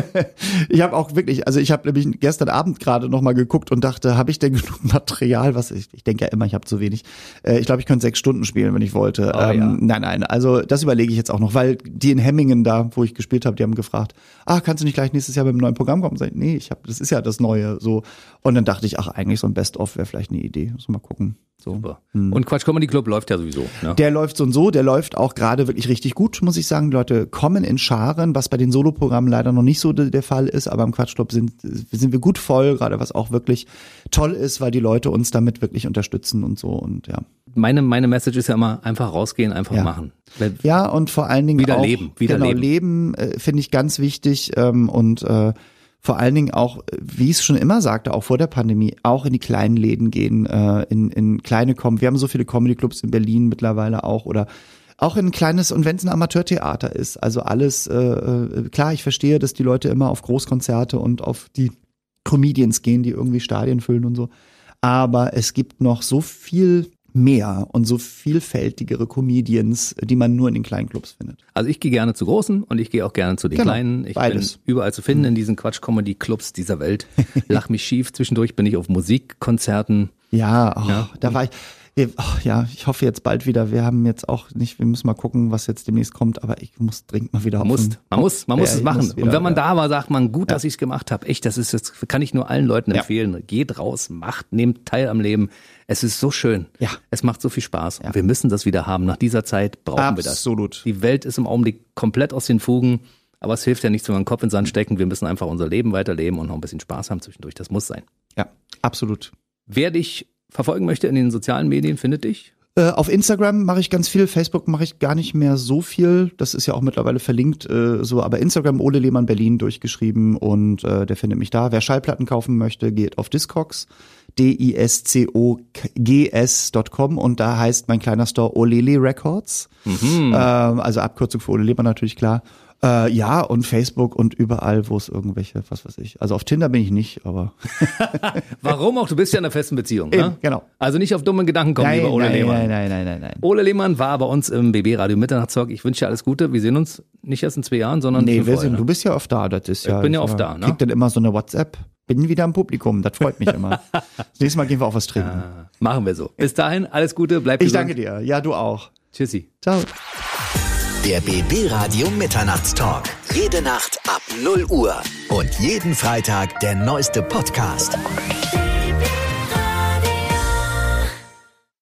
Ich habe auch wirklich, also ich habe nämlich gestern Abend gerade noch mal geguckt und dachte, habe ich denn genug Material? Was ich, ich denke ja immer, ich habe zu wenig. Äh, ich glaube, ich könnte sechs Stunden spielen, wenn ich wollte. Oh, ähm, ja. Nein, nein. Also das überlege ich jetzt auch noch, weil die in Hemmingen da, wo ich gespielt habe, die haben gefragt, ah, kannst du nicht gleich nächstes Jahr mit einem neuen Programm kommen? Sag ich, nee, ich habe, das ist ja das Neue. So. Und dann dachte ich, ach, eigentlich so ein Best-of wäre vielleicht eine Idee. Muss mal gucken. So. Super. Hm. Und Quatsch Comedy Club läuft ja sowieso. Ne? Der läuft so und so, der läuft auch gerade wirklich richtig gut, muss ich sagen. Die Leute kommen in Scharen, was bei den Soloprogrammen leider noch nicht so de- der Fall ist, aber im Quatsch Club sind, sind wir gut voll, gerade was auch wirklich toll ist, weil die Leute uns damit wirklich unterstützen und so und ja. Meine, meine Message ist ja immer, einfach rausgehen, einfach ja. machen. Ja, und vor allen Dingen wieder auch, leben, wieder genau, leben. leben äh, finde ich ganz wichtig ähm, und äh, vor allen Dingen auch, wie ich es schon immer sagte, auch vor der Pandemie, auch in die kleinen Läden gehen, äh, in, in kleine kommen. Wir haben so viele Comedy-Clubs in Berlin mittlerweile auch oder auch in ein kleines, und wenn es ein Amateurtheater ist, also alles, äh, klar, ich verstehe, dass die Leute immer auf Großkonzerte und auf die Comedians gehen, die irgendwie Stadien füllen und so. Aber es gibt noch so viel mehr und so vielfältigere Comedians, die man nur in den kleinen Clubs findet. Also ich gehe gerne zu großen und ich gehe auch gerne zu den genau, kleinen. Ich beides. bin überall zu finden in diesen Quatsch-Comedy-Clubs dieser Welt. Lach mich schief. Zwischendurch bin ich auf Musikkonzerten. Ja, oh, ja. da war ich. Wir, oh, ja, ich hoffe jetzt bald wieder. Wir haben jetzt auch nicht, wir müssen mal gucken, was jetzt demnächst kommt, aber ich muss dringend mal wieder man muss, man muss, man muss ja, es machen. Muss wieder, und wenn man ja. da war, sagt man, gut, ja. dass ich es gemacht habe. Echt, das ist, das kann ich nur allen Leuten empfehlen. Ja. Geht raus, macht, nehmt teil am Leben. Es ist so schön. Ja. Es macht so viel Spaß. Ja. Und wir müssen das wieder haben. Nach dieser Zeit brauchen Absolut. wir das. Absolut. Die Welt ist im Augenblick komplett aus den Fugen. Aber es hilft ja nichts, wenn wir den Kopf in den Sand stecken. Wir müssen einfach unser Leben weiterleben und noch ein bisschen Spaß haben zwischendurch. Das muss sein. Ja, absolut. Wer dich verfolgen möchte in den sozialen Medien, findet dich? Äh, auf Instagram mache ich ganz viel, Facebook mache ich gar nicht mehr so viel. Das ist ja auch mittlerweile verlinkt, äh, so. Aber Instagram Ole Lehmann Berlin durchgeschrieben und äh, der findet mich da. Wer Schallplatten kaufen möchte, geht auf Discogs, D I S C O G S Punkt com und da heißt mein kleiner Store Olele Records. Mhm. Äh, also Abkürzung für Ole Lehmann natürlich, klar. Äh, ja, und Facebook und überall, wo es irgendwelche, was weiß ich. Also auf Tinder bin ich nicht, aber. Warum auch? Du bist ja in einer festen Beziehung, Eben, ne? Genau. Also nicht auf dumme Gedanken kommen, nein, lieber Ole nein, Lehmann. Nein, nein, nein, nein, nein. Ole Lehmann war bei uns im B B Radio Mitternachtstalk. Ich wünsche dir alles Gute. Wir sehen uns nicht erst in zwei Jahren, sondern nee, wir vorher, sind, ne? Du bist ja oft da. Das ist ja, ich bin ja oft da, ne? Krieg dann immer so eine WhatsApp. Bin wieder im Publikum. Das freut mich immer. Das nächste Mal gehen wir auch was trinken. Ja, machen wir so. Bis dahin, alles Gute, bleib ich gesund. Ich danke dir. Ja, du auch. Tschüssi. Ciao. Der B B Radio Mitternachtstalk. Jede Nacht ab null Uhr. Und jeden Freitag der neueste Podcast.